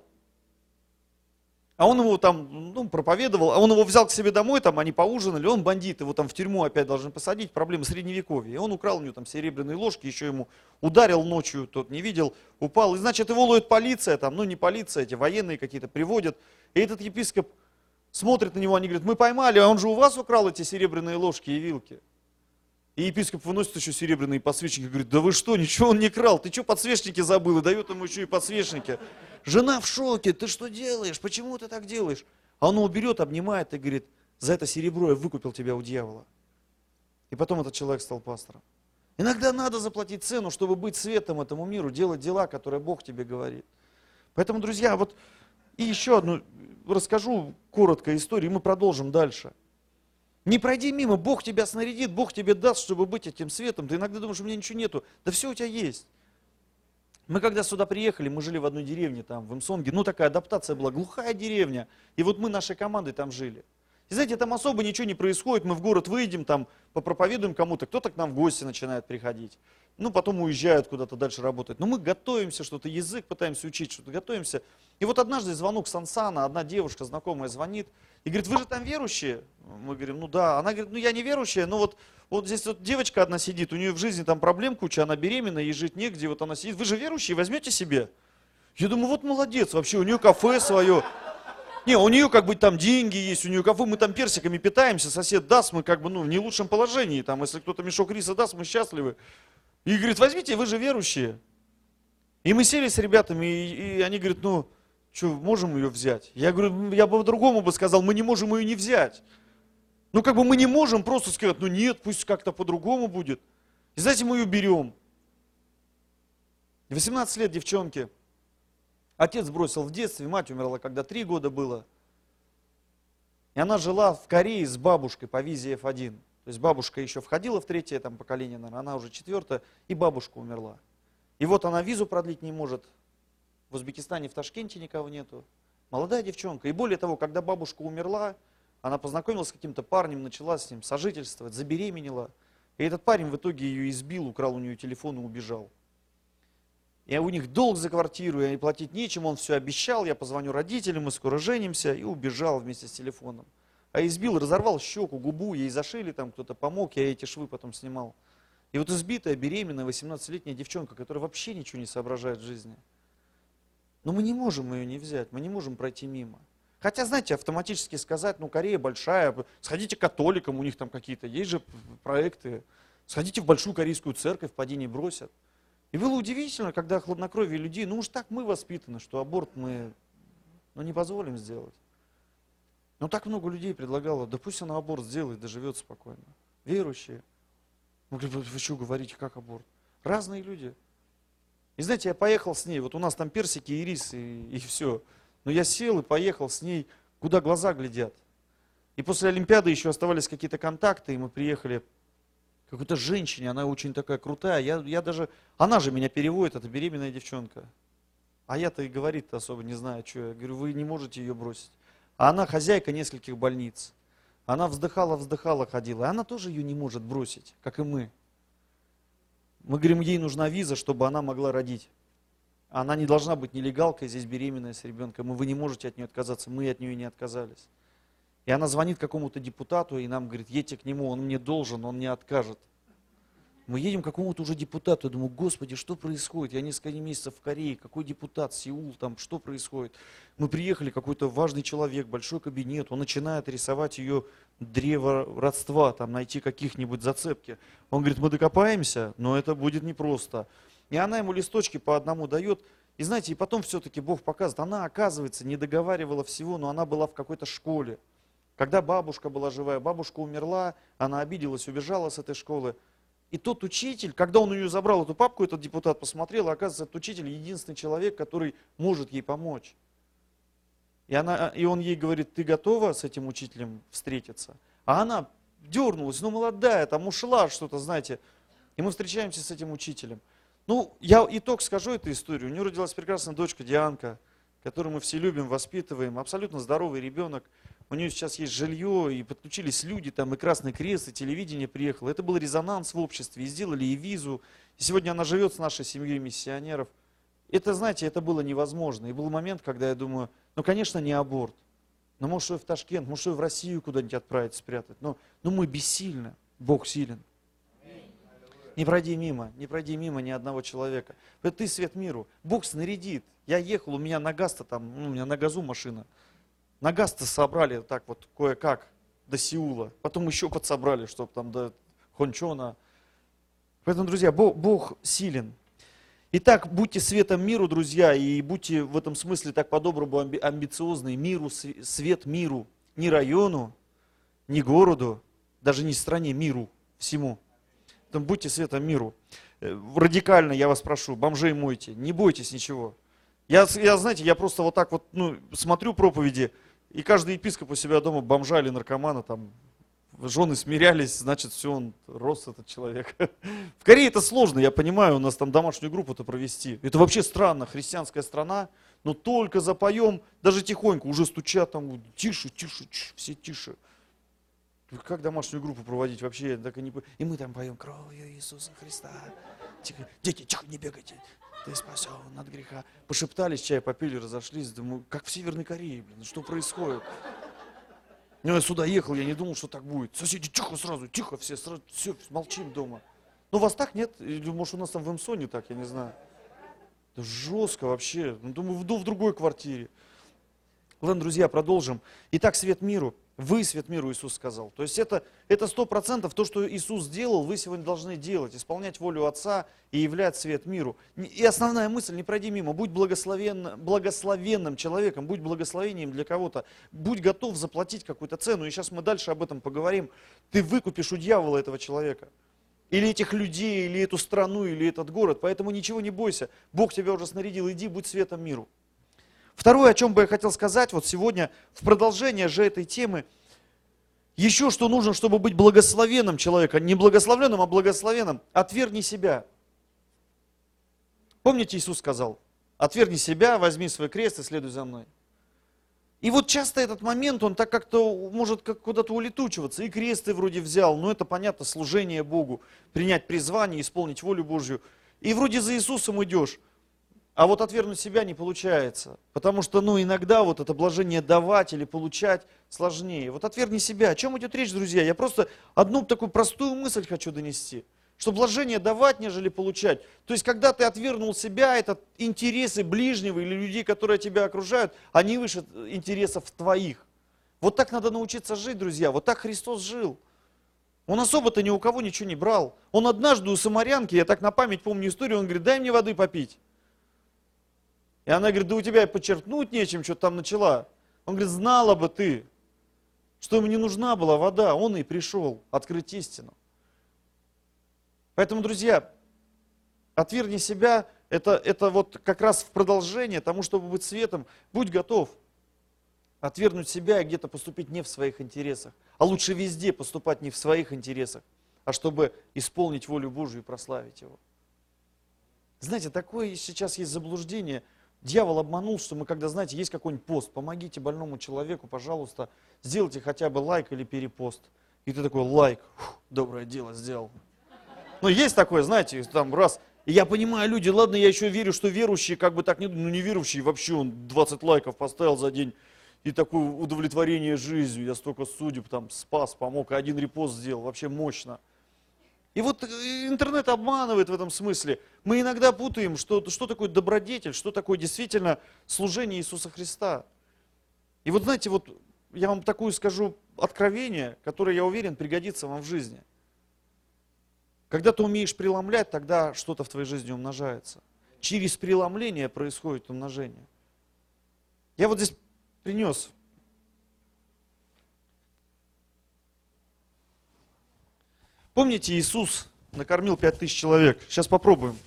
S2: А он его там, проповедовал, а он его взял к себе домой, там они поужинали, он бандит, его там в тюрьму опять должны посадить, проблемы средневековья. И он украл у него там серебряные ложки, еще ему ударил ночью, тот не видел, упал. И значит, его ловит полиция, там, не полиция, эти военные какие-то приводят. И этот епископ смотрит на него, они говорят, мы поймали, а он же у вас украл эти серебряные ложки и вилки. И епископ выносит еще серебряные подсвечники, говорит, да вы что, ничего он не крал, ты что подсвечники забыл, и дает ему еще и подсвечники. Жена в шоке, ты что делаешь, почему ты так делаешь? А он его берет, обнимает и говорит, за это серебро я выкупил тебя у дьявола. И потом этот человек стал пастором. Иногда надо заплатить цену, чтобы быть светом этому миру, делать дела, которые Бог тебе говорит. Поэтому, друзья, вот и еще одну расскажу коротко историю, и мы продолжим дальше. Не пройди мимо, Бог тебя снарядит, Бог тебе даст, чтобы быть этим светом. Ты иногда думаешь, у меня ничего нету. Да все у тебя есть. Мы когда сюда приехали, мы жили в одной деревне там, в Имсонге. Такая адаптация была, глухая деревня. И вот мы нашей командой там жили. И знаете, там особо ничего не происходит. Мы в город выйдем, там попроповедуем кому-то. Кто-то к нам в гости начинает приходить. Потом уезжают куда-то дальше работать. Но мы готовимся, что-то язык пытаемся учить, что-то готовимся. И вот однажды звонок Сансана, одна девушка знакомая звонит. И говорит, вы же там верующие? Мы говорим, да. Она говорит, я не верующая, но вот здесь вот девочка одна сидит, у нее в жизни там проблем куча, она беременна, ей жить негде, вот она сидит. Вы же верующие, возьмете себе? Я думаю, вот молодец, вообще у нее кафе свое. Не, у нее как бы там деньги есть, у нее кафе, мы там персиками питаемся, сосед даст, мы как бы в не лучшем положении, там, если кто-то мешок риса даст, мы счастливы. И говорит, возьмите, вы же верующие. И мы сели с ребятами, и они говорят, что, можем ее взять? Я говорю, я бы по-другому бы сказал, мы не можем ее не взять. Мы не можем просто сказать, нет, пусть как-то по-другому будет. И знаете, мы ее берем. 18 лет девчонке. Отец бросил в детстве, мать умерла, когда 3 года было. И она жила в Корее с бабушкой по визе F1. То есть бабушка еще входила в 3-е поколение, наверное, она уже 4-е, и бабушка умерла. И вот она визу продлить не может. В Узбекистане, в Ташкенте никого нету. Молодая девчонка. И более того, когда бабушка умерла, она познакомилась с каким-то парнем, начала с ним сожительствовать, забеременела. И этот парень в итоге ее избил, украл у нее телефон и убежал. И у них долг за квартиру, и платить нечем, он все обещал, я позвоню родителям, мы скоро женимся, и убежал вместе с телефоном. А избил, разорвал щеку, губу, ей зашили, там кто-то помог, я эти швы потом снимал. И вот избитая, беременная, 18-летняя девчонка, которая вообще ничего не соображает в жизни. Но мы не можем ее не взять, мы не можем пройти мимо. Хотя, знаете, автоматически сказать, Корея большая, сходите к католикам, у них там какие-то есть же проекты, сходите в большую корейскую церковь, поди не бросят. И было удивительно, когда хладнокровие людей, уж так мы воспитаны, что аборт мы не позволим сделать. Но так много людей предлагало, да пусть она аборт сделает, да живет спокойно. Верующие. Мы говорим, вы что говорите, как аборт? Разные люди. И знаете, я поехал с ней, вот у нас там персики и рис, и все. Но я сел и поехал с ней, куда глаза глядят. И после Олимпиады еще оставались какие-то контакты, и мы приехали к какой-то женщине, она очень такая крутая. Я даже, она же меня переводит, это беременная девчонка. А я-то и говорить-то особо не знаю, что. Я говорю, вы не можете ее бросить. А она хозяйка нескольких больниц. Она вздыхала, ходила. И она тоже ее не может бросить, как и мы. Мы говорим, ей нужна виза, чтобы она могла родить. Она не должна быть нелегалкой, здесь беременная с ребенком. И вы не можете от нее отказаться, мы от нее не отказались. И она звонит какому-то депутату и нам говорит, едьте к нему, он мне должен, он не откажет. Мы едем к какому-то уже депутату, я думаю, господи, что происходит? Я несколько месяцев в Корее, какой депутат, Сеул, там, что происходит? Мы приехали, какой-то важный человек, большой кабинет, он начинает рисовать ее древо родства, там, найти каких-нибудь зацепки. Он говорит, мы докопаемся, но это будет непросто. И она ему листочки по одному дает. И знаете, и потом все-таки Бог показывает, она, оказывается, не договаривала всего, но она была в какой-то школе. Когда бабушка была живая, бабушка умерла, она обиделась, убежала с этой школы. И тот учитель, когда он у нее забрал эту папку, этот депутат посмотрел, оказывается, этот учитель единственный человек, который может ей помочь. И он ей говорит, ты готова с этим учителем встретиться? А она дернулась, ну молодая, там ушла что-то, знаете. И мы встречаемся с этим учителем. Ну, я итог скажу этой истории. У нее родилась прекрасная дочка Дианка, которую мы все любим, воспитываем. Абсолютно здоровый ребенок. У нее сейчас есть жилье, и подключились люди, там и Красный Крест, и телевидение приехало. Это был резонанс в обществе, и сделали и визу. И сегодня она живет с нашей семьей миссионеров. Это, знаете, это было невозможно. И был момент, когда я думаю, ну, конечно, не аборт. Но может, что и в Ташкент, может, что и в Россию куда-нибудь отправить, спрятать. Но мы бессильны, Бог силен. Не пройди мимо ни одного человека. Ты свет миру. Бог снарядит. Я ехал, у меня на газ-то там, у меня на газу машина. На газ-то собрали так вот кое-как до Сеула. Потом еще подсобрали, чтобы там до Хончона. Поэтому, друзья, Бог силен. Итак, будьте светом миру, друзья, и будьте в этом смысле так по-доброму амбициозны. Миру, свет миру. Не району, не городу, даже не стране, миру, всему. Поэтому будьте светом миру. Радикально я вас прошу, бомжей мойте, не бойтесь ничего. Я знаете, я просто вот так вот смотрю проповеди, и каждый епископ у себя дома бомжа или наркомана, там, жены смирялись, значит, все, он рос, этот человек. В Корее это сложно, я понимаю, у нас там домашнюю группу-то провести. Это вообще странно, христианская страна, но только запоем, даже тихонько, уже стучат там, тише, все тише. Как домашнюю группу проводить вообще, я так и не понимаю. И мы там поем кровью Иисуса Христа. Тихо, дети, тихо, не бегайте. Ты спасен от греха. Пошептались, чай попили, разошлись. Думаю, как в Северной Корее, блин, что происходит? Ну, я сюда ехал, я не думал, что так будет. Соседи, тихо сразу, тихо, все молчим дома. Ну, вас так нет? Или, может, у нас там в Эмсоне так, я не знаю. Да жестко вообще. Ну, думаю, в другой квартире. Ладно, друзья, продолжим. Итак, свет миру. Вы свет миру, Иисус сказал. То есть это 100% то, что Иисус сделал, вы сегодня должны делать. Исполнять волю Отца и являть свет миру. И основная мысль, не пройди мимо. Будь благословенным человеком, будь благословением для кого-то. Будь готов заплатить какую-то цену. И сейчас мы дальше об этом поговорим. Ты выкупишь у дьявола этого человека. Или этих людей, или эту страну, или этот город. Поэтому ничего не бойся. Бог тебя уже снарядил. Иди, будь светом миру. Второе, о чем бы я хотел сказать, вот сегодня, в продолжение же этой темы, еще что нужно, чтобы быть благословенным человеком, не благословленным, а благословенным, отвергни себя. Помните, Иисус сказал, отвергни себя, возьми свой крест и следуй за мной. И вот часто этот момент, он так как-то может куда-то улетучиваться, и крест ты вроде взял, но это понятно, служение Богу, принять призвание, исполнить волю Божью, и вроде за Иисусом идешь. А вот отвергнуть себя не получается, потому что, иногда вот это блажение давать или получать сложнее. Вот отвергни себя. О чем идет речь, друзья? Я просто одну такую простую мысль хочу донести, что блажение давать, нежели получать. То есть, когда ты отвергнул себя, это интересы ближнего или людей, которые тебя окружают, они выше интересов твоих. Вот так надо научиться жить, друзья. Вот так Христос жил. Он особо-то ни у кого ничего не брал. Он однажды у самарянки, я так на память помню историю, он говорит, дай мне воды попить. И она говорит, да у тебя и подчеркнуть нечем, что там начала. Он говорит, знала бы ты, что ему не нужна была вода, он и пришел открыть истину. Поэтому, друзья, отвергни себя, это вот как раз в продолжение тому, чтобы быть светом. Будь готов отвергнуть себя и где-то поступить не в своих интересах. А лучше везде поступать не в своих интересах, а чтобы исполнить волю Божию и прославить Его. Знаете, такое сейчас есть заблуждение. Дьявол обманул, что мы когда, знаете, есть какой-нибудь пост, помогите больному человеку, пожалуйста, сделайте хотя бы лайк или перепост. И ты такой, лайк, доброе дело сделал. Ну, есть такое, знаете, там раз. И я понимаю, люди, ладно, я еще верю, что верующие как бы так не думают, ну не верующие, вообще он 20 лайков поставил за день. И такое удовлетворение жизнью, я столько судеб там спас, помог, и один репост сделал, вообще мощно. И вот интернет обманывает в этом смысле. Мы иногда путаем, что такое добродетель, что такое действительно служение Иисуса Христа. И вот знаете, вот я вам такую скажу откровение, которое, я уверен, пригодится вам в жизни. Когда ты умеешь преломлять, тогда что-то в твоей жизни умножается. Через преломление происходит умножение. Я вот здесь принес. Помните, Иисус накормил 5000 человек? Сейчас попробуем.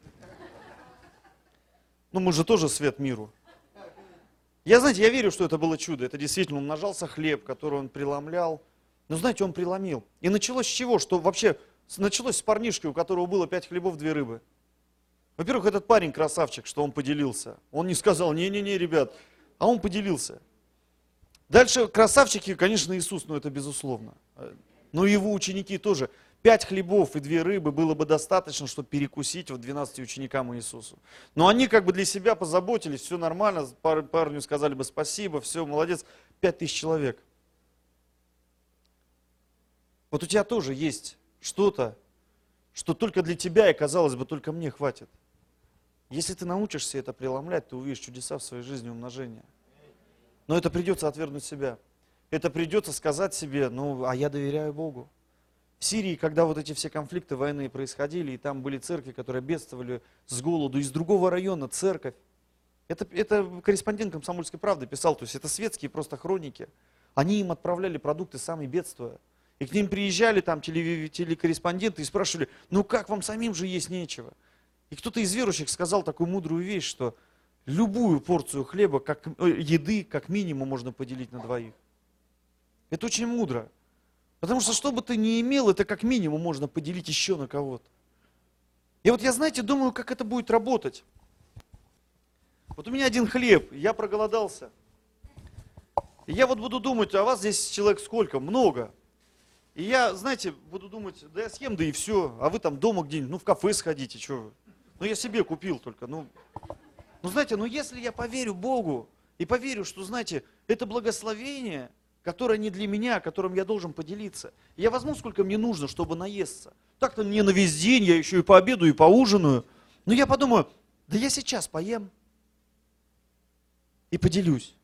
S2: Ну, мы же тоже свет миру. Знаете, я верю, что это было чудо. Это действительно умножался хлеб, который он преломлял. Но знаете, он преломил. И началось с чего? Что вообще началось с парнишки, у которого было 5 хлебов, 2 рыбы. Во-первых, этот парень красавчик, что он поделился. Он не сказал, не-не-не, ребят, а он поделился. Дальше красавчики, конечно, Иисус, но это безусловно. Но его ученики тоже. 5 хлебов и 2 рыбы было бы достаточно, чтобы перекусить 12 ученикам Иисусу. Но они как бы для себя позаботились, все нормально, парню сказали бы спасибо, все, молодец. 5000 человек. Вот у тебя тоже есть что-то, что только для тебя и, казалось бы, только мне хватит. Если ты научишься это преломлять, ты увидишь чудеса в своей жизни умножения. Но это придется отвергнуть себя. Это придется сказать себе, а я доверяю Богу. В Сирии, когда вот эти все конфликты военные происходили, и там были церкви, которые бедствовали с голоду, из другого района церковь. Это корреспондент «Комсомольской правды» писал, то есть это светские просто хроники. Они им отправляли продукты, сами бедствуя. И к ним приезжали там телекорреспонденты и спрашивали, как вам самим же есть нечего? И кто-то из верующих сказал такую мудрую вещь, что любую порцию хлеба, еды, как минимум, можно поделить на 2. Это очень мудро. Потому что бы ты ни имел, это как минимум можно поделить еще на кого-то. И вот я, знаете, думаю, как это будет работать. Вот у меня 1 хлеб, я проголодался. И я вот буду думать, а вас здесь человек сколько? Много. И я, знаете, буду думать, да я съем, да и все. А вы там дома где-нибудь, в кафе сходите, что вы. Я себе купил только. Знаете, если я поверю Богу и поверю, что, знаете, это благословение, которое не для меня, которым я должен поделиться. Я возьму, сколько мне нужно, чтобы наесться. Так-то мне на весь день, я еще и пообедаю, и поужинаю. Но я подумаю, да я сейчас поем и поделюсь.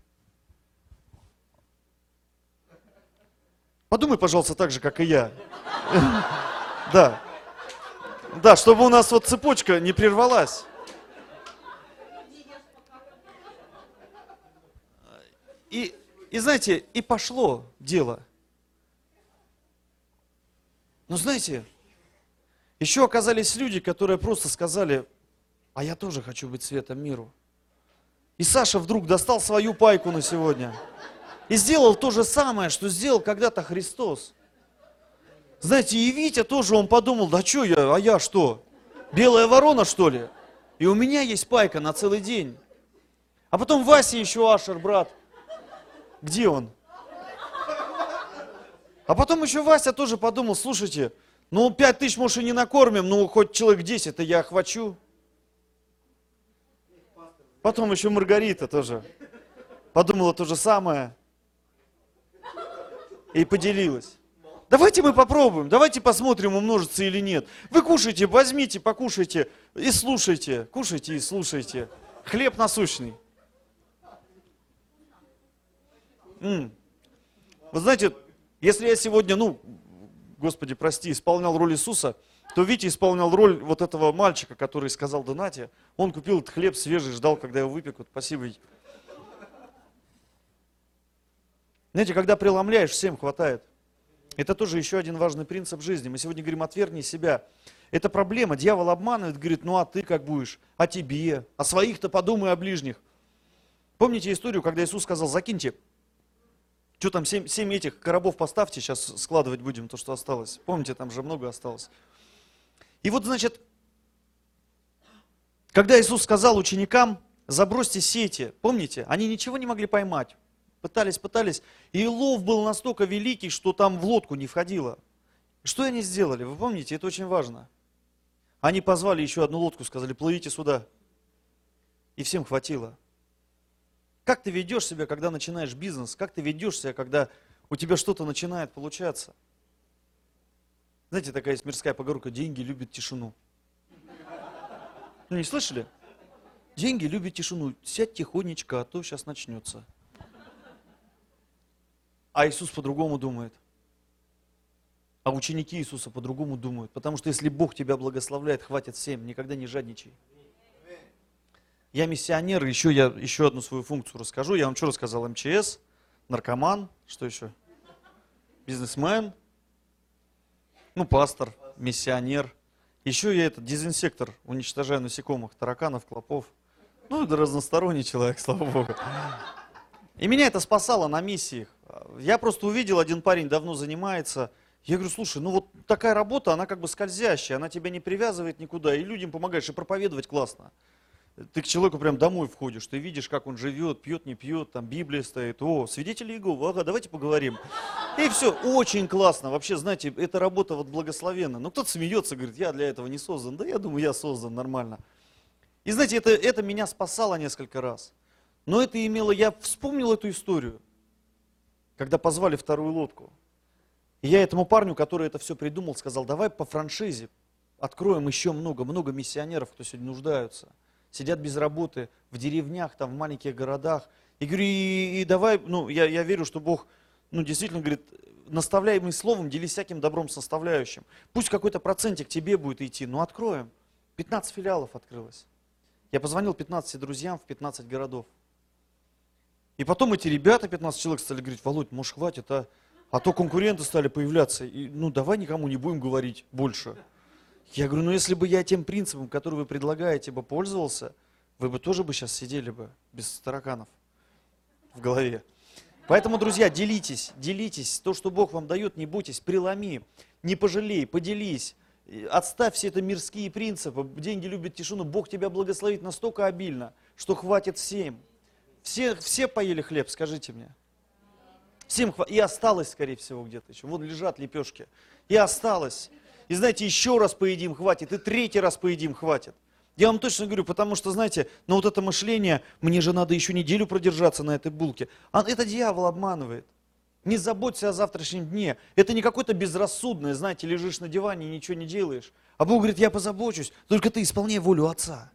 S2: Подумай, пожалуйста, так же, как и я. Да. Да, чтобы у нас вот цепочка не прервалась. И знаете, и пошло дело. Но знаете, еще оказались люди, которые просто сказали, а я тоже хочу быть светом миру. И Саша вдруг достал свою пайку на сегодня. И сделал то же самое, что сделал когда-то Христос. Знаете, и Витя тоже, он подумал, да что я, а я что? Белая ворона, что ли? И у меня есть пайка на целый день. А потом Вася еще Ашер, брат. Где он? А потом еще Вася тоже подумал, слушайте, 5000, может, и не накормим, хоть человек 10-то я охвачу. Потом еще Маргарита тоже подумала то же самое и поделилась. Давайте мы попробуем, давайте посмотрим, умножится или нет. Вы кушайте, возьмите, покушайте и слушайте. Кушайте и слушайте. Хлеб насущный. Вы знаете, если я сегодня, Господи, прости, исполнял роль Иисуса, то Витя исполнял роль вот этого мальчика, который сказал Донате. Он купил этот хлеб свежий, ждал, когда его выпекут. Спасибо, Витя. Знаете, когда преломляешь, всем хватает. Это тоже еще один важный принцип жизни. Мы сегодня говорим, отвергни себя. Это проблема. Дьявол обманывает, говорит, ну а ты как будешь? А тебе? О своих-то подумай, о ближних. Помните историю, когда Иисус сказал, закиньте, что там, 7 этих коробов поставьте, сейчас складывать будем то, что осталось. Помните, там же много осталось. И вот, значит, когда Иисус сказал ученикам, забросьте сети, помните, они ничего не могли поймать. Пытались, и улов был настолько великий, что там в лодку не входило. Что они сделали? Вы помните, это очень важно. Они позвали еще одну лодку, сказали, плывите сюда. И всем хватило. Как ты ведешь себя, когда начинаешь бизнес? Как ты ведешь себя, когда у тебя что-то начинает получаться? Знаете, такая есть мирская поговорка, деньги любят тишину. Ну, не слышали? Деньги любят тишину. Сядь тихонечко, а то сейчас начнется. А Иисус по-другому думает. А ученики Иисуса по-другому думают. Потому что если Бог тебя благословляет, хватит всем, никогда не жадничай. Я миссионер, я еще одну свою функцию расскажу. Я вам что рассказал? МЧС, наркоман, что еще? Бизнесмен, пастор, миссионер. Еще я дезинсектор, уничтожаю насекомых, тараканов, клопов. Это разносторонний человек, слава Богу. И меня это спасало на миссиях. Я просто увидел, один парень давно занимается. Я говорю, слушай, вот такая работа, она как бы скользящая, она тебя не привязывает никуда, и людям помогаешь, и проповедовать классно. Ты к человеку прям домой входишь, ты видишь, как он живет, пьет, не пьет, там Библия стоит. О, свидетели Иеговы, ага, давайте поговорим. И все, очень классно. Вообще, знаете, эта работа благословенна. Кто-то смеется, говорит, я для этого не создан. Да я думаю, я создан нормально. И знаете, это меня спасало несколько раз. Но я вспомнил эту историю, когда позвали вторую лодку. И я этому парню, который это все придумал, сказал, давай по франшизе откроем еще много миссионеров, кто сегодня нуждаются. Сидят без работы в деревнях, там, в маленьких городах. И говорю, и давай, я верю, что Бог, действительно, говорит, наставляемый словом, делись всяким добром с наставляющим. Пусть какой-то процентик тебе будет идти, откроем. 15 филиалов открылось. Я позвонил 15 друзьям в 15 городов. И потом эти ребята, 15 человек, стали говорить, Володь, может хватит, а то конкуренты стали появляться. И, давай никому не будем говорить больше. Я говорю, если бы я тем принципом, который вы предлагаете, бы пользовался, вы бы тоже сейчас сидели бы без тараканов в голове. Поэтому, друзья, делитесь. То, что Бог вам дает, не бойтесь, преломи, не пожалей, поделись. Отставь все это мирские принципы. Деньги любят тишину. Бог тебя благословит настолько обильно, что хватит всем. Все поели хлеб, скажите мне. Всем хватит. И осталось, скорее всего, где-то еще. Вон лежат лепешки. И осталось. И знаете, еще раз поедим хватит, и 3-й раз поедим хватит. Я вам точно говорю, потому что, знаете, это мышление, мне же надо еще неделю продержаться на этой булке. Это дьявол обманывает. Не заботься о завтрашнем дне. Это не какое-то безрассудное, знаете, лежишь на диване и ничего не делаешь. А Бог говорит, я позабочусь, только ты исполняй волю Отца.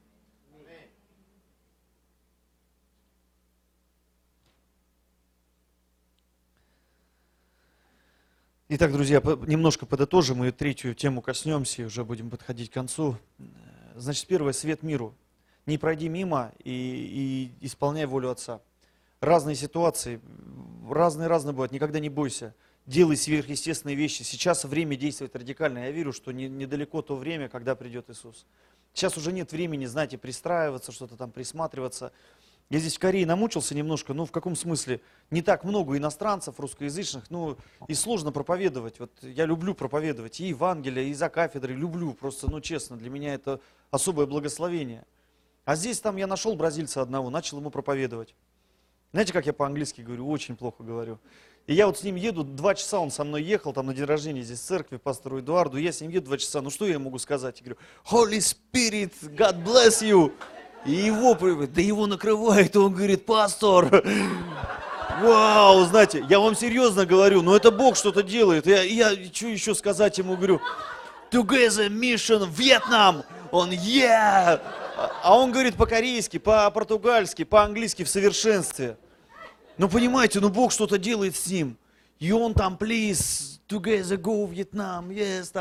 S2: Итак, друзья, немножко подытожим и 3-ю тему коснемся, и уже будем подходить к концу. Значит, первое, свет миру. Не пройди мимо и исполняй волю Отца. Разные ситуации, разные бывают, никогда не бойся. Делай сверхъестественные вещи. Сейчас время действовать радикально. Я верю, что недалеко то время, когда придет Иисус. Сейчас уже нет времени, знаете, пристраиваться, что-то там присматриваться. Я здесь в Корее намучился немножко, в каком смысле? Не так много иностранцев, русскоязычных, и сложно проповедовать. Я люблю проповедовать и Евангелие, и за кафедрой, люблю, просто, честно, для меня это особое благословение. А здесь я нашел бразильца одного, начал ему проповедовать. Знаете, как я по-английски говорю? Очень плохо говорю. И я с ним еду, 2 часа он со мной ехал, на день рождения здесь в церкви, пастору Эдуарду, я с ним еду 2 часа, что я могу сказать? Я говорю, Holy Spirit, God bless you. И его накрывает, и он говорит, пастор, вау, знаете, я вам серьезно говорю, это Бог что-то делает. Я что еще сказать ему, говорю, Together Mission Vietnam, он, yeah! А он говорит по-корейски, по-португальски, по-английски в совершенстве. Понимаете, Бог что-то делает с ним. И он там, please, together go Vietnam, yes,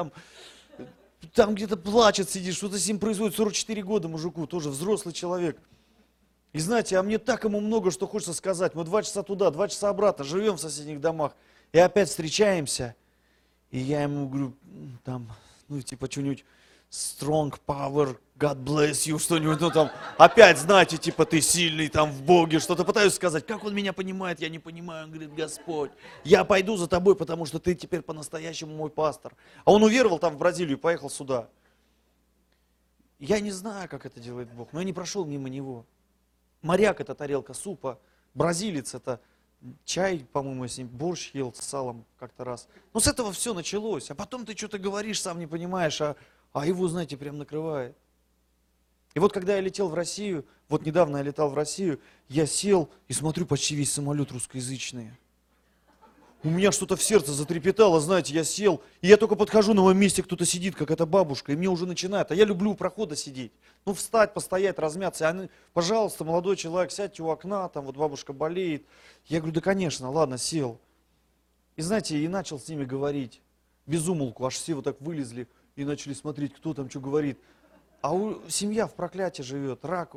S2: там где-то плачет, сидит, что-то с ним происходит, 44 года мужику, тоже взрослый человек. И знаете, а мне так ему много что хочется сказать. Мы 2 часа туда, 2 часа обратно, живем в соседних домах. И опять встречаемся. И я ему говорю, там, ну типа что-нибудь, strong power, God bless you, что-нибудь, ну там, опять, знаете, типа ты сильный там в Боге, что-то пытаюсь сказать. Как он меня понимает, я не понимаю. Он говорит, Господь, я пойду за тобой, потому что ты теперь по-настоящему мой пастор. А он уверовал там в Бразилию, поехал сюда. Я не знаю, как это делает Бог, но я не прошел мимо него. Моряк — это тарелка супа, бразилец — это чай, по-моему, я с ним борщ ел с салом как-то раз. Ну, с этого все началось. А потом ты что-то говоришь, сам не понимаешь, а его, знаете, прям накрывает. И вот когда я летел в Россию, вот недавно я летал в Россию, я сел и смотрю, почти весь самолет русскоязычный. У меня что-то в сердце затрепетало, знаете, я сел, и я только подхожу, на моем месте кто-то сидит, какая-то бабушка, и мне уже начинает, а я люблю у прохода сидеть. Ну, встать, постоять, размяться. И они, пожалуйста, молодой человек, сядьте у окна, там вот бабушка болеет. Я говорю, да, конечно, ладно, сел. И знаете, и начал с ними говорить, без умолку, аж все вот так вылезли и начали смотреть, кто там что говорит. А семья в проклятии живет, рак,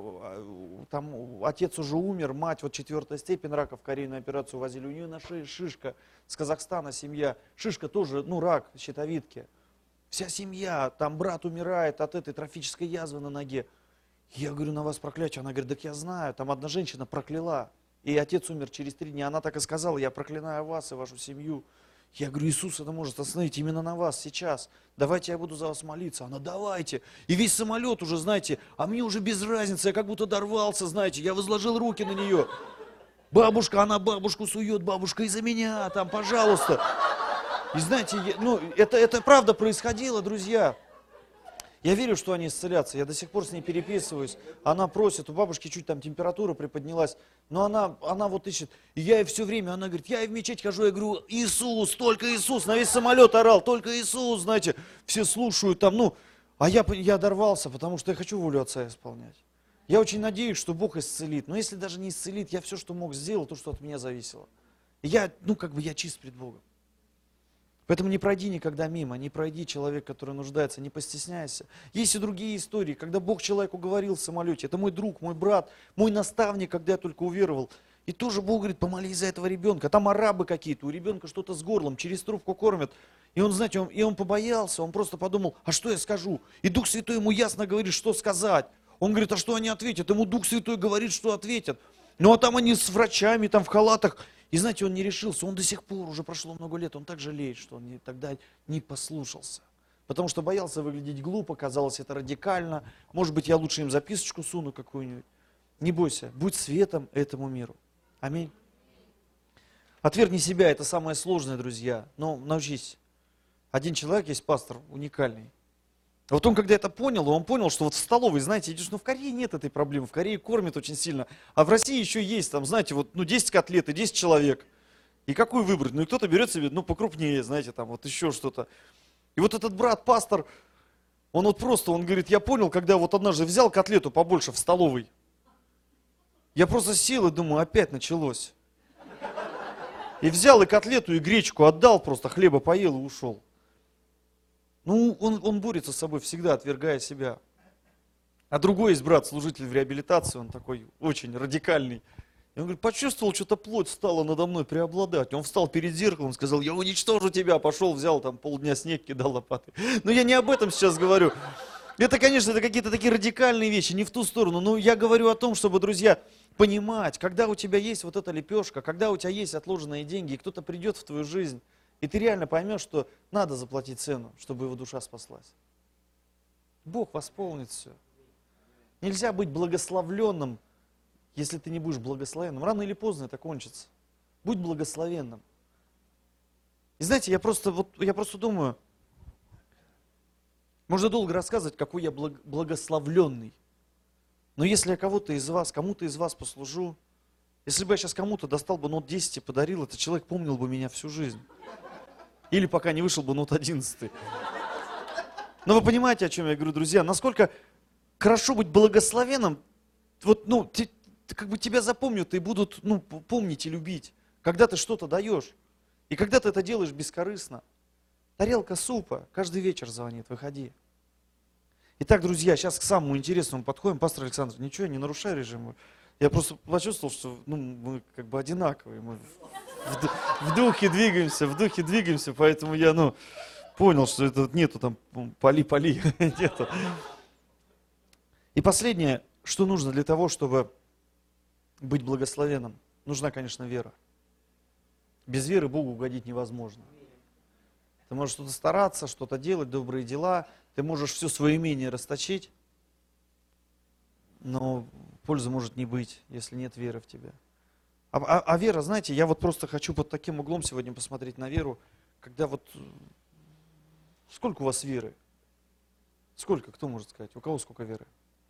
S2: там отец уже умер, мать, вот 4-я степень рака, в Корею на операцию возили, у нее на шее шишка, с Казахстана семья, шишка тоже, ну рак, щитовидки. Вся семья, там брат умирает от этой трофической язвы на ноге. Я говорю, на вас проклятие, она говорит, так я знаю, там одна женщина прокляла, и отец умер через 3 дня, она так и сказала, я проклинаю вас и вашу семью. Я говорю, Иисус это может остановить именно на вас сейчас. Давайте я буду за вас молиться. Она, давайте. И весь самолет уже, знаете, а мне уже без разницы, я как будто дорвался, знаете, я возложил руки на нее. Бабушка, она бабушку сует, бабушка из-за меня, там, пожалуйста. И знаете, ну, это правда происходило, друзья. Я верю, что они исцелятся, я до сих пор с ней переписываюсь. Она просит, у бабушки чуть там температура приподнялась, но она вот ищет. И я ей все время, она говорит, я и в мечеть хожу, я говорю, Иисус, только Иисус, на весь самолет орал, только Иисус, знаете, все слушают там, ну, а я дорвался, потому что я хочу волю Отца исполнять. Я очень надеюсь, что Бог исцелит, но если даже не исцелит, я все, что мог, сделал, то, что от меня зависело. И я, ну, как бы я чист пред Богом. Поэтому не пройди никогда мимо, не пройди человек, который нуждается, не постесняйся. Есть и другие истории, когда Бог человеку говорил в самолете, это мой друг, мой брат, мой наставник, когда я только уверовал. И тоже Бог говорит, помолись за этого ребенка. Там арабы какие-то, у ребенка что-то с горлом, через трубку кормят. И он, знаете, он побоялся, он просто подумал, а что я скажу? И Дух Святой ему ясно говорит, что сказать. Он говорит, а что они ответят? Ему Дух Святой говорит, что ответят. Ну а там они с врачами, там в халатах. И знаете, он не решился, он до сих пор, уже прошло много лет, он так жалеет, что он тогда не послушался. Потому что боялся выглядеть глупо, казалось это радикально. Может быть, я лучше им записочку суну какую-нибудь. Не бойся, будь светом этому миру. Аминь. Отвергни себя, это самое сложное, друзья. Но научись. Один человек есть пастор, уникальный. Вот он, когда это понял, он понял, что вот в столовой, знаете, идешь, ну в Корее нет этой проблемы, в Корее кормят очень сильно, а в России еще есть, там, знаете, вот, ну 10 котлет и 10 человек. И какую выбрать? Ну и кто-то берет себе, ну покрупнее, знаете, там вот еще что-то. И вот этот брат, пастор, он вот просто, он говорит, я понял, когда вот однажды взял котлету побольше в столовой, я просто сел и думаю, опять началось. И взял и котлету, и гречку отдал, просто хлеба поел и ушел. Ну, он борется с собой всегда, отвергая себя. А другой есть брат, служитель в реабилитации, он такой очень радикальный. И он говорит, почувствовал, что-то плоть стала надо мной преобладать. Он встал перед зеркалом, сказал, я уничтожу тебя, пошел, взял там полдня снег, кидал лопатой. Но я не об этом сейчас говорю. Это, конечно, это какие-то такие радикальные вещи, не в ту сторону. Но я говорю о том, чтобы, друзья, понимать, когда у тебя есть вот эта лепешка, когда у тебя есть отложенные деньги, и кто-то придет в твою жизнь, и ты реально поймешь, что надо заплатить цену, чтобы его душа спаслась. Бог восполнит все. Нельзя быть благословленным, если ты не будешь благословенным. Рано или поздно это кончится. Будь благословенным. И знаете, я просто думаю, можно долго рассказывать, какой я благословленный. Но если я кому-то из вас послужу, если бы я сейчас кому-то достал бы нот 10 и подарил, этот человек помнил бы меня всю жизнь. Или пока не вышел бы нот 11. Но вы понимаете, о чем я говорю, друзья? Насколько хорошо быть благословенным, вот, ну, как бы тебя запомнят и будут, ну, помнить и любить, когда ты что-то даешь. И когда ты это делаешь бескорыстно. Тарелка супа каждый вечер звонит, выходи. Итак, друзья, сейчас к самому интересному подходим. Пастор Александр, ничего, я не нарушаю режим. Я просто почувствовал, что мы как бы одинаковые. Мы в духе двигаемся, поэтому я понял, что это нету там пали, нету. И последнее, что нужно для того, чтобы быть благословенным, нужна, конечно, вера. Без веры Богу угодить невозможно. Ты можешь что-то стараться, что-то делать, добрые дела, ты можешь все свое имение расточить, но пользы может не быть, если нет веры в тебя. А вера, знаете, я вот просто хочу под таким углом сегодня посмотреть на веру, когда сколько у вас веры? Сколько, кто может сказать? У кого сколько веры?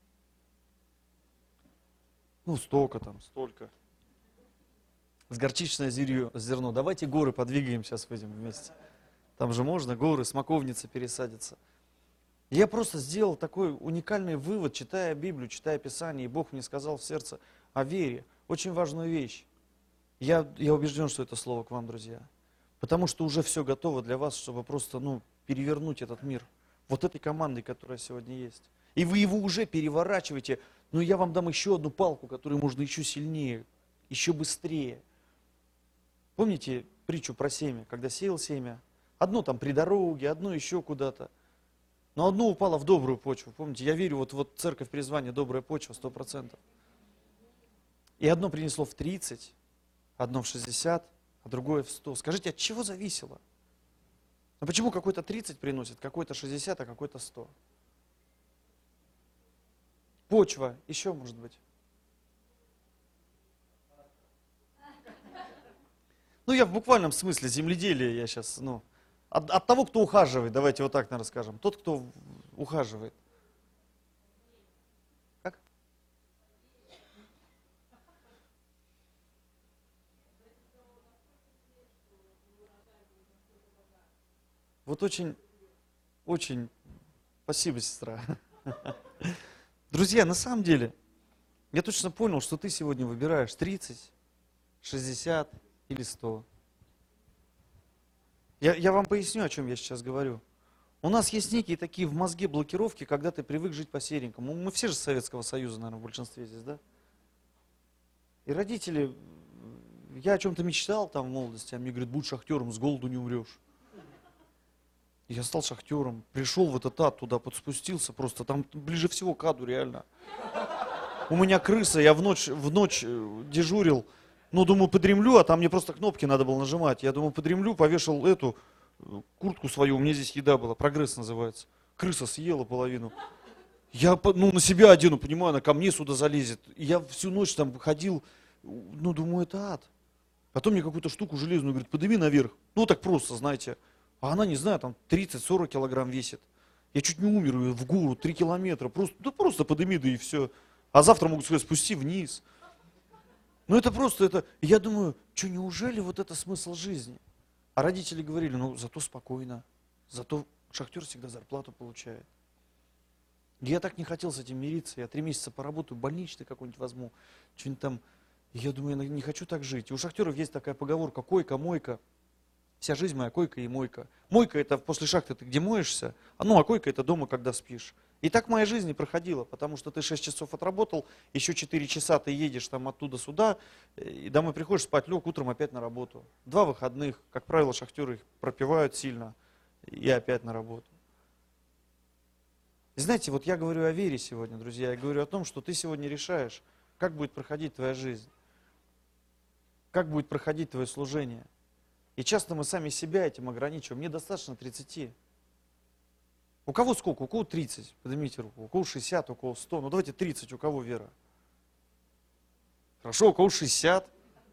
S2: Столько там, столько. С горчичное зерно. Давайте горы подвигаем, сейчас выйдем вместе. Там же можно горы, смоковницы пересадятся. Я просто сделал такой уникальный вывод, читая Библию, читая Писание, и Бог мне сказал в сердце о вере. Очень важную вещь. Я убежден, что это слово к вам, друзья. Потому что уже все готово для вас, чтобы просто перевернуть этот мир. Вот этой командой, которая сегодня есть. И вы его уже переворачиваете. Но я вам дам еще одну палку, которую можно еще сильнее, еще быстрее. Помните притчу про семя, когда сеял семя? Одно там при дороге, одно еще куда-то. Но одно упало в добрую почву. Помните, я верю, вот церковь призвания, добрая почва, 100%. И одно принесло в 30, одно в 60, а другое в 100. Скажите, от чего зависело? Почему какой-то 30 приносит, какой-то 60, а какой-то 100? Почва, еще может быть. Я в буквальном смысле земледелие я сейчас, от того, кто ухаживает, давайте вот так, наверное, скажем. Тот, кто ухаживает. Как? Вот очень, спасибо, сестра. Друзья, на самом деле, я точно понял, что ты сегодня выбираешь 30, 60 или 100. Я вам поясню, о чем я сейчас говорю. У нас есть некие такие в мозге блокировки, когда ты привык жить по серенькому. Мы все же с Советского Союза, наверное, в большинстве здесь, да? И родители, я о чем-то мечтал там в молодости, а мне говорят, будь шахтером, с голоду не умрешь. И я стал шахтером, пришел в этот ад, туда подспустился просто, там ближе всего к аду реально. У меня крыса, я в ночь дежурил, думаю, подремлю, а там мне просто кнопки надо было нажимать. Я думаю, подремлю, повешал эту куртку свою, у меня здесь еда была, «Прогресс» называется. Крыса съела половину. Я на себя одену, понимаю, она ко мне сюда залезет. И я всю ночь там ходил, думаю, это ад. Потом мне какую-то штуку железную говорит, подними наверх. Так просто, знаете. А она, не знаю, там 30-40 килограмм весит. Я чуть не умер в гору, 3 километра. Просто подними, да и все. А завтра могут сказать, спусти вниз. Это просто, я думаю, неужели вот это смысл жизни? А родители говорили, зато спокойно, зато шахтер всегда зарплату получает. Я так не хотел с этим мириться, я 3 месяца поработаю, больничный какой-нибудь возьму, что-нибудь там. Я думаю, я не хочу так жить. И у шахтеров есть такая поговорка, койка, мойка. Вся жизнь моя койка и мойка. Мойка это после шахты ты где моешься, а койка это дома, когда спишь. И так моя жизнь и проходила, потому что ты 6 часов отработал, еще 4 часа ты едешь там оттуда сюда, и домой приходишь, спать лег, утром опять на работу. 2 выходных, как правило, шахтеры их пропивают сильно, и опять на работу. И знаете, я говорю о вере сегодня, друзья, я говорю о том, что ты сегодня решаешь, как будет проходить твоя жизнь, как будет проходить твое служение. И часто мы сами себя этим ограничиваем. Мне достаточно 30. У кого сколько? У кого 30? Поднимите руку. У кого 60, у кого 100. Давайте 30. У кого вера? Хорошо, у кого 60?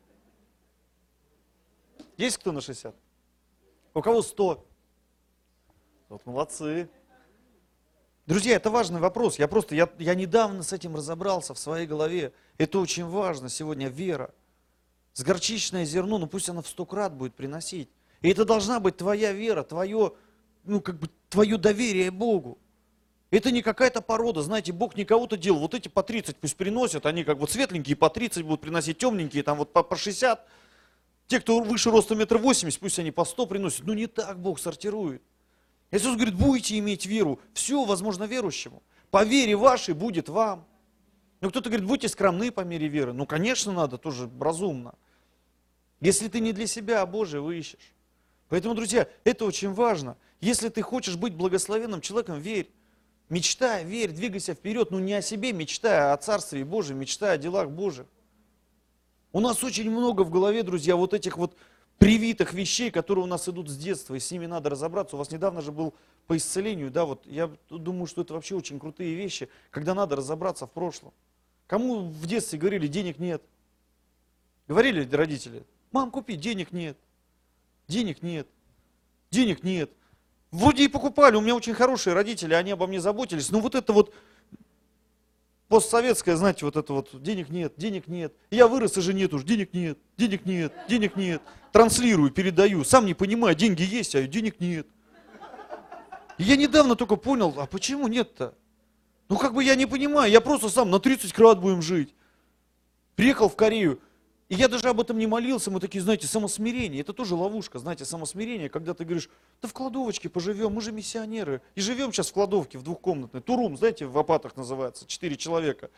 S2: Есть кто на 60? У кого 100? Молодцы. Друзья, это важный вопрос. Я недавно с этим разобрался в своей голове. Это очень важно сегодня, вера. С горчичное зерно, пусть оно в 100 крат будет приносить. И это должна быть твоя вера, твое доверие Богу. Это не какая-то порода, знаете, Бог не кого-то делал, вот эти по 30 пусть приносят, они светленькие по 30 будут приносить, темненькие там по 60. Те, кто выше роста 1,80 м, пусть они по 100 приносят. Не так Бог сортирует. Иисус говорит, будете иметь веру, все возможно верующему. По вере вашей будет вам. Ну, кто-то говорит, будьте скромны по мере веры. Ну, конечно, надо, тоже разумно. Если ты не для себя, а Божие вы ищешь. Поэтому, друзья, это очень важно. Если ты хочешь быть благословенным человеком, верь. Мечтай, верь, двигайся вперед. Ну, не о себе мечтай, а о Царстве Божьем, мечтай о делах Божьих. У нас очень много в голове, друзья, вот этих вот привитых вещей, которые у нас идут с детства, и с ними надо разобраться. У вас недавно же был по исцелению, да, вот я думаю, что это вообще очень крутые вещи, когда надо разобраться в прошлом. Кому в детстве говорили, денег нет? Говорили родители, мам, купи, денег нет, денег нет, денег нет. Вроде и покупали, у меня очень хорошие родители, они обо мне заботились, но вот это вот постсоветское, знаете, вот это вот, денег нет, денег нет. Я вырос, и же нет уж, денег нет, денег нет, денег нет. Транслирую, передаю, сам не понимаю, деньги есть, а денег нет. И я недавно только понял, а почему нет-то? Ну как бы я не понимаю, я просто сам на 30 крат будем жить. Приехал в Корею, и я даже об этом не молился, мы такие, знаете, самосмирение, это тоже ловушка, знаете, самосмирение, когда ты говоришь, да в кладовочке поживем, мы же миссионеры, и живем сейчас в кладовке, в двухкомнатной, турум, знаете, в Апатах называется, 4 человека.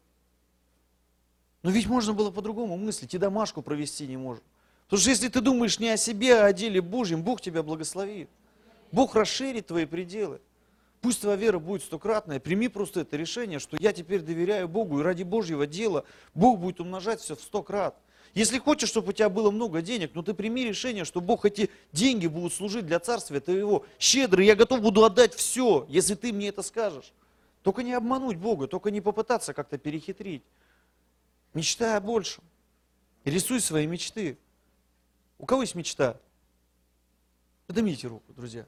S2: Но ведь можно было по-другому мыслить, и домашку провести не можем. Потому что если ты думаешь не о себе, а о деле Божьем, Бог тебя благословит. Бог расширит твои пределы. Пусть твоя вера будет стократная, прими просто это решение, что я теперь доверяю Богу, и ради Божьего дела Бог будет умножать все в 100 крат. Если хочешь, чтобы у тебя было много денег, но ты прими решение, что Бог эти деньги будут служить для Царствия Твоего. Щедрый, я готов буду отдать все, если ты мне это скажешь. Только не обмануть Бога, только не попытаться как-то перехитрить. Мечтай о большем. Рисуй свои мечты. У кого есть мечта? Поднимите руку, друзья.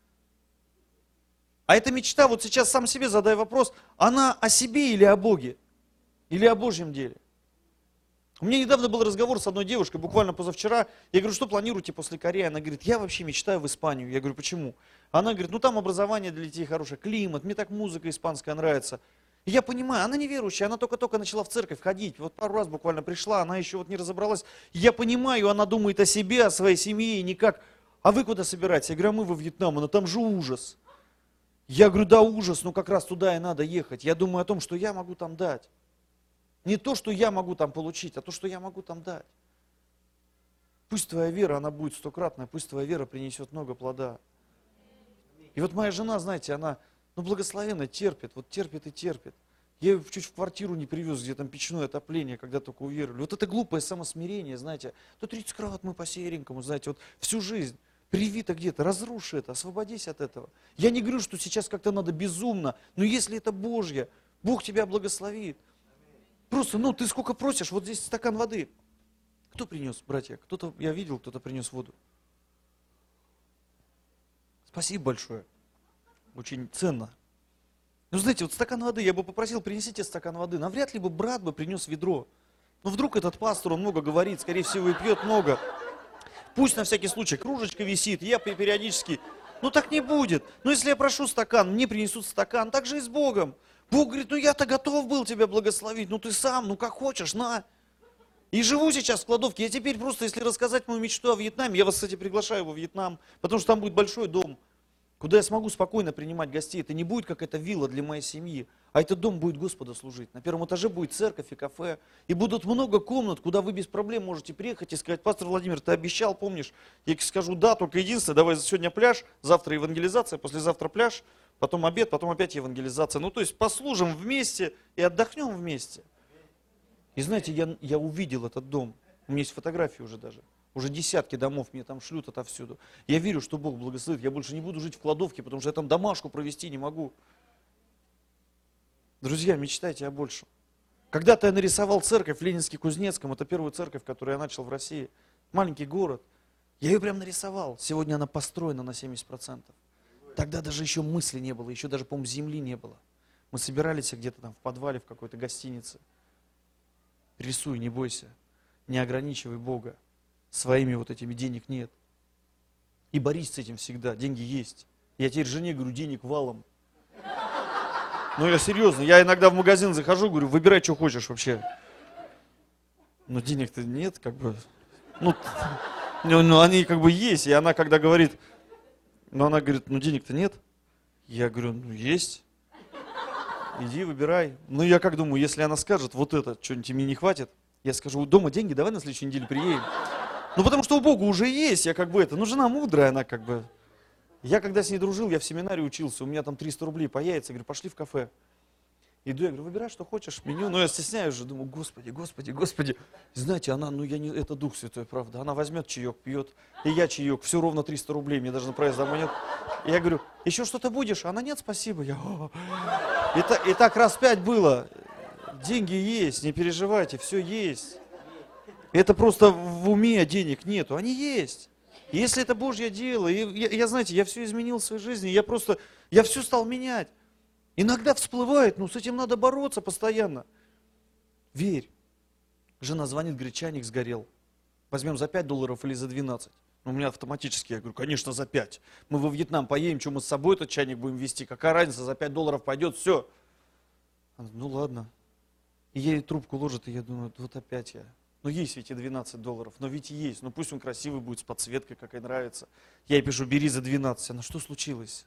S2: А эта мечта, вот сейчас сам себе задай вопрос, она о себе или о Боге? Или о Божьем деле? У меня недавно был разговор с одной девушкой, буквально позавчера. Я говорю, что планируете после Кореи? Она говорит, я вообще мечтаю в Испанию. Я говорю, почему? Она говорит, ну там образование для детей хорошее, климат, мне так музыка испанская нравится. И я понимаю, она неверующая, она только-только начала в церковь ходить. Вот пару раз буквально пришла, она еще вот не разобралась. Я понимаю, она думает о себе, о своей семье и никак. А вы куда собираетесь? Я говорю, а мы во Вьетнам, но там же ужас. Я говорю, да ужас, но как раз туда и надо ехать. Я думаю о том, что я могу там дать. Не то, что я могу там получить, а то, что я могу там дать. Пусть твоя вера, она будет стократная, пусть твоя вера принесет много плода. И вот моя жена, знаете, она, благословенно терпит, вот терпит и терпит. Я ее чуть в квартиру не привез, где там печное отопление, когда только уверовали. Вот это глупое самосмирение, знаете, то 30 крат мы по-серенькому, знаете, вот всю жизнь. Привито где-то, разруши это, освободись от этого. Я не говорю, что сейчас как-то надо безумно, но если это Божье, Бог тебя благословит. Просто, ты сколько просишь, вот здесь стакан воды. Кто принес, братья? Кто-то, я видел, кто-то принес воду. Спасибо большое. Очень ценно. Знаете, вот стакан воды, я бы попросил, принесите стакан воды. Навряд ли бы брат бы принес ведро. Но вдруг этот пастор, он много говорит, скорее всего, и пьет много. Пусть на всякий случай кружечка висит, я периодически, так не будет. Но если я прошу стакан, мне принесут стакан, так же и с Богом. Бог говорит, я-то готов был тебя благословить, ты сам, как хочешь, на. И живу сейчас в кладовке, я теперь просто, если рассказать мою мечту о Вьетнаме, я вас, кстати, приглашаю во Вьетнам, потому что там будет большой дом, куда я смогу спокойно принимать гостей. Это не будет какая-то вилла для моей семьи, а этот дом будет Господу служить. На первом этаже будет церковь и кафе. И будут много комнат, куда вы без проблем можете приехать и сказать, пастор Владимир, ты обещал, помнишь? Я скажу, да, только единственное, давай сегодня пляж, завтра евангелизация, послезавтра пляж, потом обед, потом опять евангелизация. То есть послужим вместе и отдохнем вместе. И знаете, я увидел этот дом. У меня есть фотографии уже даже. Уже десятки домов мне там шлют отовсюду. Я верю, что Бог благословит. Я больше не буду жить в кладовке, потому что я там домашку провести не могу. Друзья, мечтайте о большем. Когда-то я нарисовал церковь в Ленинске-Кузнецком. Это первую церковь, которую я начал в России. Маленький город. Я ее прям нарисовал. Сегодня она построена на 70%. Тогда даже еще мысли не было. Еще даже, по-моему, земли не было. Мы собирались где-то там в подвале, в какой-то гостинице. Рисуй, не бойся. Не ограничивай Бога. Своими вот этими денег нет. И борись с этим всегда, деньги есть. Я теперь жене говорю, денег валом. Я серьезно, я иногда в магазин захожу, говорю, выбирай, что хочешь вообще. Но денег-то нет, они есть. И она когда говорит, она говорит, денег-то нет. Я говорю, есть. Иди, выбирай. Ну, я как думаю, если она скажет, вот это, что-нибудь мне не хватит, я скажу, дома деньги, давай на следующей неделе приедем. Ну, потому что у Бога уже есть, я как бы это, ну, жена мудрая, она как бы. Я когда с ней дружил, я в семинаре учился, у меня там 300 рублей появится, я говорю, пошли в кафе. Иду, я говорю, выбирай, что хочешь, меню. Но я стесняюсь же, думаю, Господи, Господи, Господи. Знаете, она, ну я не, это Дух Святой, правда. Она возьмет чаек, пьет, и я чаек, все ровно 300 рублей, мне даже на проезд домой нет. Я говорю, еще что-то будешь? Она, нет, спасибо. Я, и так раз 5 было. Деньги есть, не переживайте, все есть. Это просто в уме денег нету, они есть. Если это Божье дело, и я, знаете, я все изменил в своей жизни, я все стал менять. Иногда всплывает, но с этим надо бороться постоянно. Верь. Жена звонит, говорит, чайник сгорел. Возьмем за $5 или за 12? У меня автоматически, я говорю, конечно, за 5. Мы во Вьетнам поедем, что мы с собой этот чайник будем везти? Какая разница, за $5 пойдет, все. Она, ну ладно. И ей трубку ложит, и я думаю, вот опять я. Ну есть ведь и $12, но ведь есть. Ну пусть он красивый будет, с подсветкой, как ей нравится. Я ей пишу, бери за 12. Она, что случилось?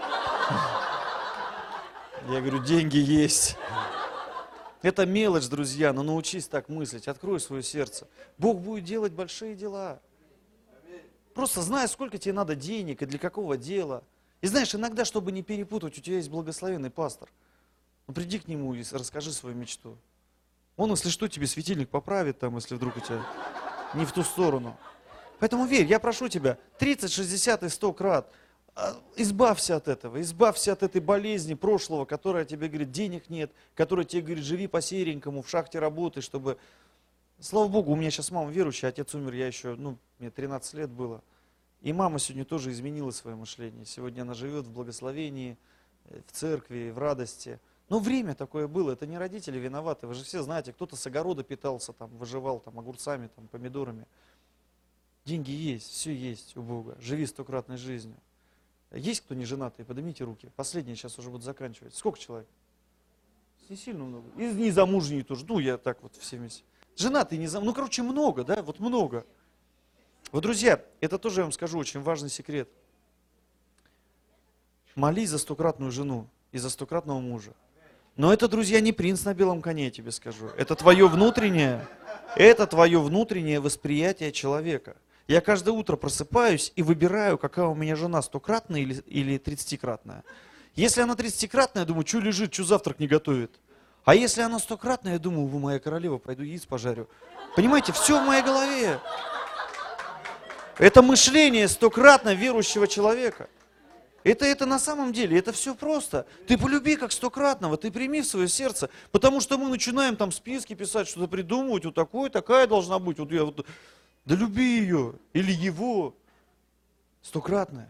S2: Я говорю, деньги есть. Это мелочь, друзья, но научись так мыслить, открой свое сердце. Бог будет делать большие дела. Просто знай, сколько тебе надо денег и для какого дела. И знаешь, иногда, чтобы не перепутать, у тебя есть благословенный пастор. Ну приди к нему и расскажи свою мечту. Он, если что, тебе светильник поправит, там, если вдруг у тебя не в ту сторону. Поэтому верь, я прошу тебя, 30, 60 и 100 крат. Избавься от этого, избавься от этой болезни прошлого, которая тебе говорит, денег нет, которая тебе говорит, живи по-серенькому, в шахте работай, чтобы... Слава Богу, у меня сейчас мама верующая, отец умер, я еще, мне 13 лет было. И мама сегодня тоже изменила свое мышление. Сегодня она живет в благословении, в церкви, в радости. Но время такое было, это не родители виноваты. Вы же все знаете, кто-то с огорода питался, там, выживал там, огурцами, там, помидорами. Деньги есть, все есть у Бога. Живи 100-кратной жизнью. Есть кто не женатый? Поднимите руки. Последние сейчас уже будут заканчивать. Сколько человек? Не сильно много. И незамужние тоже. Ну, я так вот все вместе. Женатые, незамужние. Ну, короче, много, да? Вот много. Вот, друзья, это тоже я вам скажу очень важный секрет. Молись за 100-кратную жену и за 100-кратного мужа. Но это, друзья, не принц на белом коне, я тебе скажу. Это твое внутреннее восприятие человека. Я каждое утро просыпаюсь и выбираю, какая у меня жена, 100-кратная или 30-кратная. Если она 30-кратная, я думаю, что лежит, что завтрак не готовит. А если она 100-кратная, я думаю, вы моя королева, пойду яиц пожарю. Понимаете, все в моей голове. Это мышление 100-кратно верующего человека. Это на самом деле, это все просто. Ты полюби как 100-кратного, ты прими в свое сердце. Потому что мы начинаем там списки писать, что-то придумывать, вот такая должна быть. Вот я вот... Да люби ее или его 100-кратное.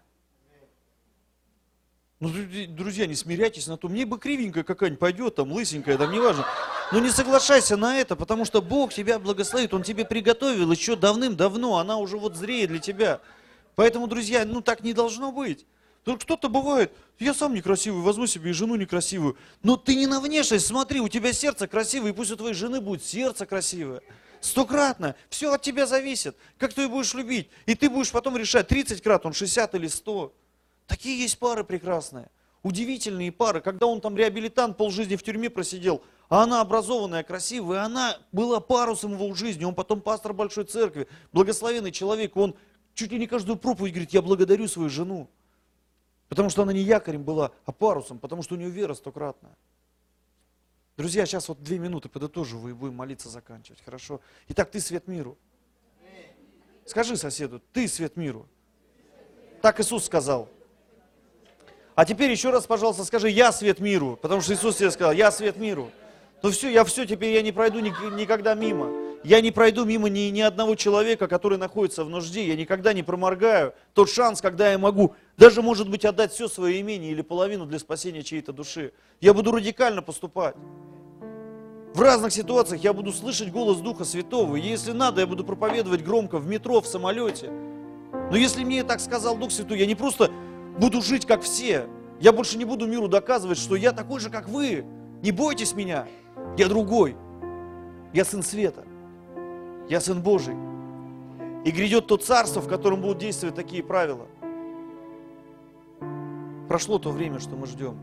S2: Ну, друзья, не смиряйтесь на то. Мне бы кривенькая какая-нибудь пойдет, там, лысенькая, там, неважно. Но не соглашайся на это, потому что Бог тебя благословит. Он тебе приготовил еще давным-давно. Она уже вот зреет для тебя. Поэтому, друзья, так не должно быть. Только кто-то бывает, я сам некрасивый, возьму себе и жену некрасивую. Но ты не на внешность смотри, у тебя сердце красивое, и пусть у твоей жены будет сердце красивое. 100-кратно. Все от тебя зависит. Как ты ее будешь любить. И ты будешь потом решать, 30 крат, он 60 или 100. Такие есть пары прекрасные. Удивительные пары. Когда он там реабилитант, полжизни в тюрьме просидел, а она образованная, красивая, она была парусом его в жизни. Он потом пастор большой церкви, благословенный человек. Он чуть ли не каждую проповедь говорит, я благодарю свою жену. Потому что она не якорем была, а парусом. Потому что у нее вера 100-кратная. Друзья, сейчас вот 2 минуты подытоживаю и будем молиться заканчивать, хорошо? Итак, ты свет миру. Скажи соседу, ты свет миру. Так Иисус сказал. А теперь еще раз, пожалуйста, скажи, я свет миру. Потому что Иисус тебе сказал, я свет миру. Ну все, теперь я не пройду никогда мимо. Я не пройду мимо ни одного человека, который находится в нужде. Я никогда не проморгаю тот шанс, когда я могу, даже, может быть, отдать все свое имение или половину для спасения чьей-то души. Я буду радикально поступать. В разных ситуациях я буду слышать голос Духа Святого. И если надо, я буду проповедовать громко в метро, в самолете. Но если мне так сказал Дух Святой, я не просто буду жить, как все. Я больше не буду миру доказывать, что я такой же, как вы. Не бойтесь меня. Я другой. Я сын света. Я сын Божий. И грядет то царство, в котором будут действовать такие правила. Прошло то время, что мы ждем.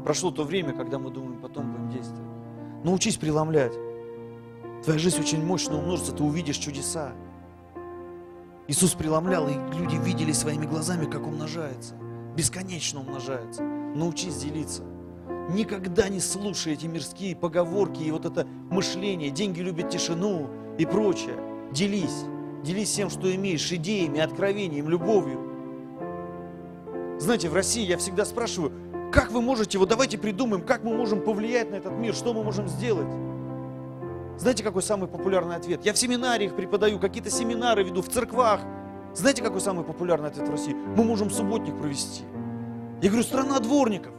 S2: Прошло то время, когда мы думаем, потом будем действовать. Научись преломлять. Твоя жизнь очень мощно умножится, ты увидишь чудеса. Иисус преломлял, и люди видели своими глазами, как умножается. Бесконечно умножается. Научись делиться. Никогда не слушай эти мирские поговорки и вот это мышление. Деньги любят тишину и прочее. Делись. Делись тем, что имеешь, идеями, откровением, любовью. Знаете, в России я всегда спрашиваю, как вы можете, вот давайте придумаем, как мы можем повлиять на этот мир, что мы можем сделать. Знаете, какой самый популярный ответ? Я в семинариях преподаю, какие-то семинары веду, в церквах. Знаете, какой самый популярный ответ в России? Мы можем субботник провести. Я говорю, страна дворников.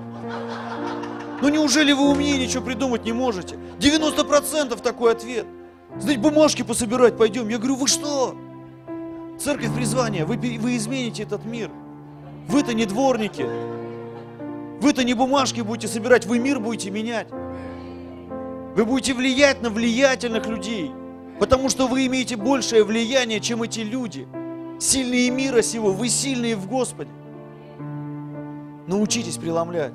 S2: Ну неужели вы умнее ничего придумать не можете? 90% такой ответ. Знаете, бумажки пособирать пойдем. Я говорю, вы что? Церковь призвания, вы измените этот мир. Вы-то не дворники. Вы-то не бумажки будете собирать, вы мир будете менять. Вы будете влиять на влиятельных людей, потому что вы имеете большее влияние, чем эти люди. Сильные мира сего, вы сильные в Господе. Научитесь преломлять.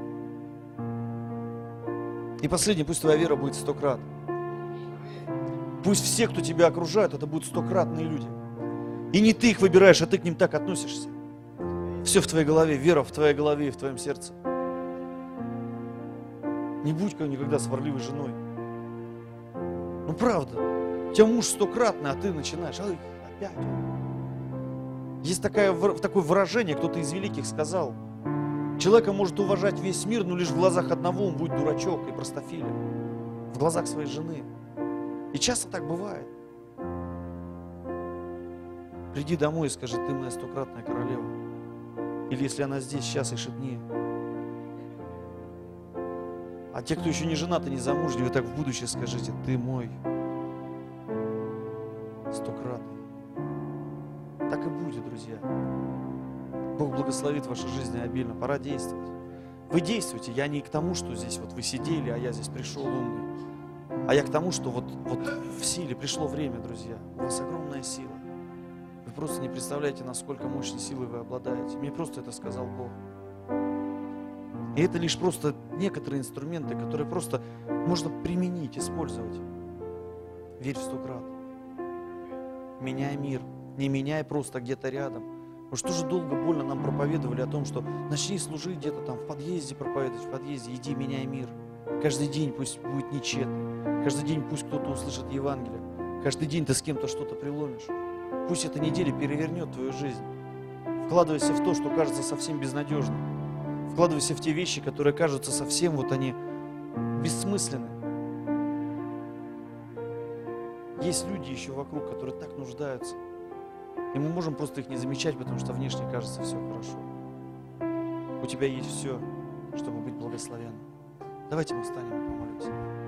S2: И последнее, пусть твоя вера будет 100 крат. Пусть все, кто тебя окружают, это будут 100-кратные люди. И не ты их выбираешь, а ты к ним так относишься. Все в твоей голове, вера в твоей голове и в твоем сердце. Не будь никогда сварливой женой. Ну правда, у тебя муж 100-кратный, а ты начинаешь, ай, опять. Есть такое выражение, кто-то из великих сказал, человека может уважать весь мир, но лишь в глазах одного он будет дурачок и простофиля. В глазах своей жены. И часто так бывает. Приди домой и скажи, ты моя 100-кратная королева. Или если она здесь, сейчас и шепни. А те, кто еще не женат и не замужний, вы так в будущее скажите, ты мой 100-кратный. Так и будет, друзья. Бог благословит вашу жизнь обильно. Пора действовать. Вы действуйте. Я не к тому, что здесь вот вы сидели, а я здесь пришел умный. А я к тому, что вот в силе пришло время, друзья. У вас огромная сила. Вы просто не представляете, насколько мощной силой вы обладаете. Мне просто это сказал Бог. И это лишь просто некоторые инструменты, которые просто можно применить, использовать. Верь в 100 крат. Меняй мир. Не меняй просто где-то рядом. Ну что же долго, больно нам проповедовали о том, что начни служить где-то там в подъезде, проповедовать в подъезде, иди меняй мир. Каждый день пусть будет нечетно. Каждый день пусть кто-то услышит Евангелие. Каждый день ты с кем-то что-то приломишь. Пусть эта неделя перевернет твою жизнь. Вкладывайся в то, что кажется совсем безнадежным. Вкладывайся в те вещи, которые кажутся совсем вот они бессмысленны. Есть люди еще вокруг, которые так нуждаются. И мы можем просто их не замечать, потому что внешне кажется все хорошо. У тебя есть все, чтобы быть благословенным. Давайте мы встанем и помолимся.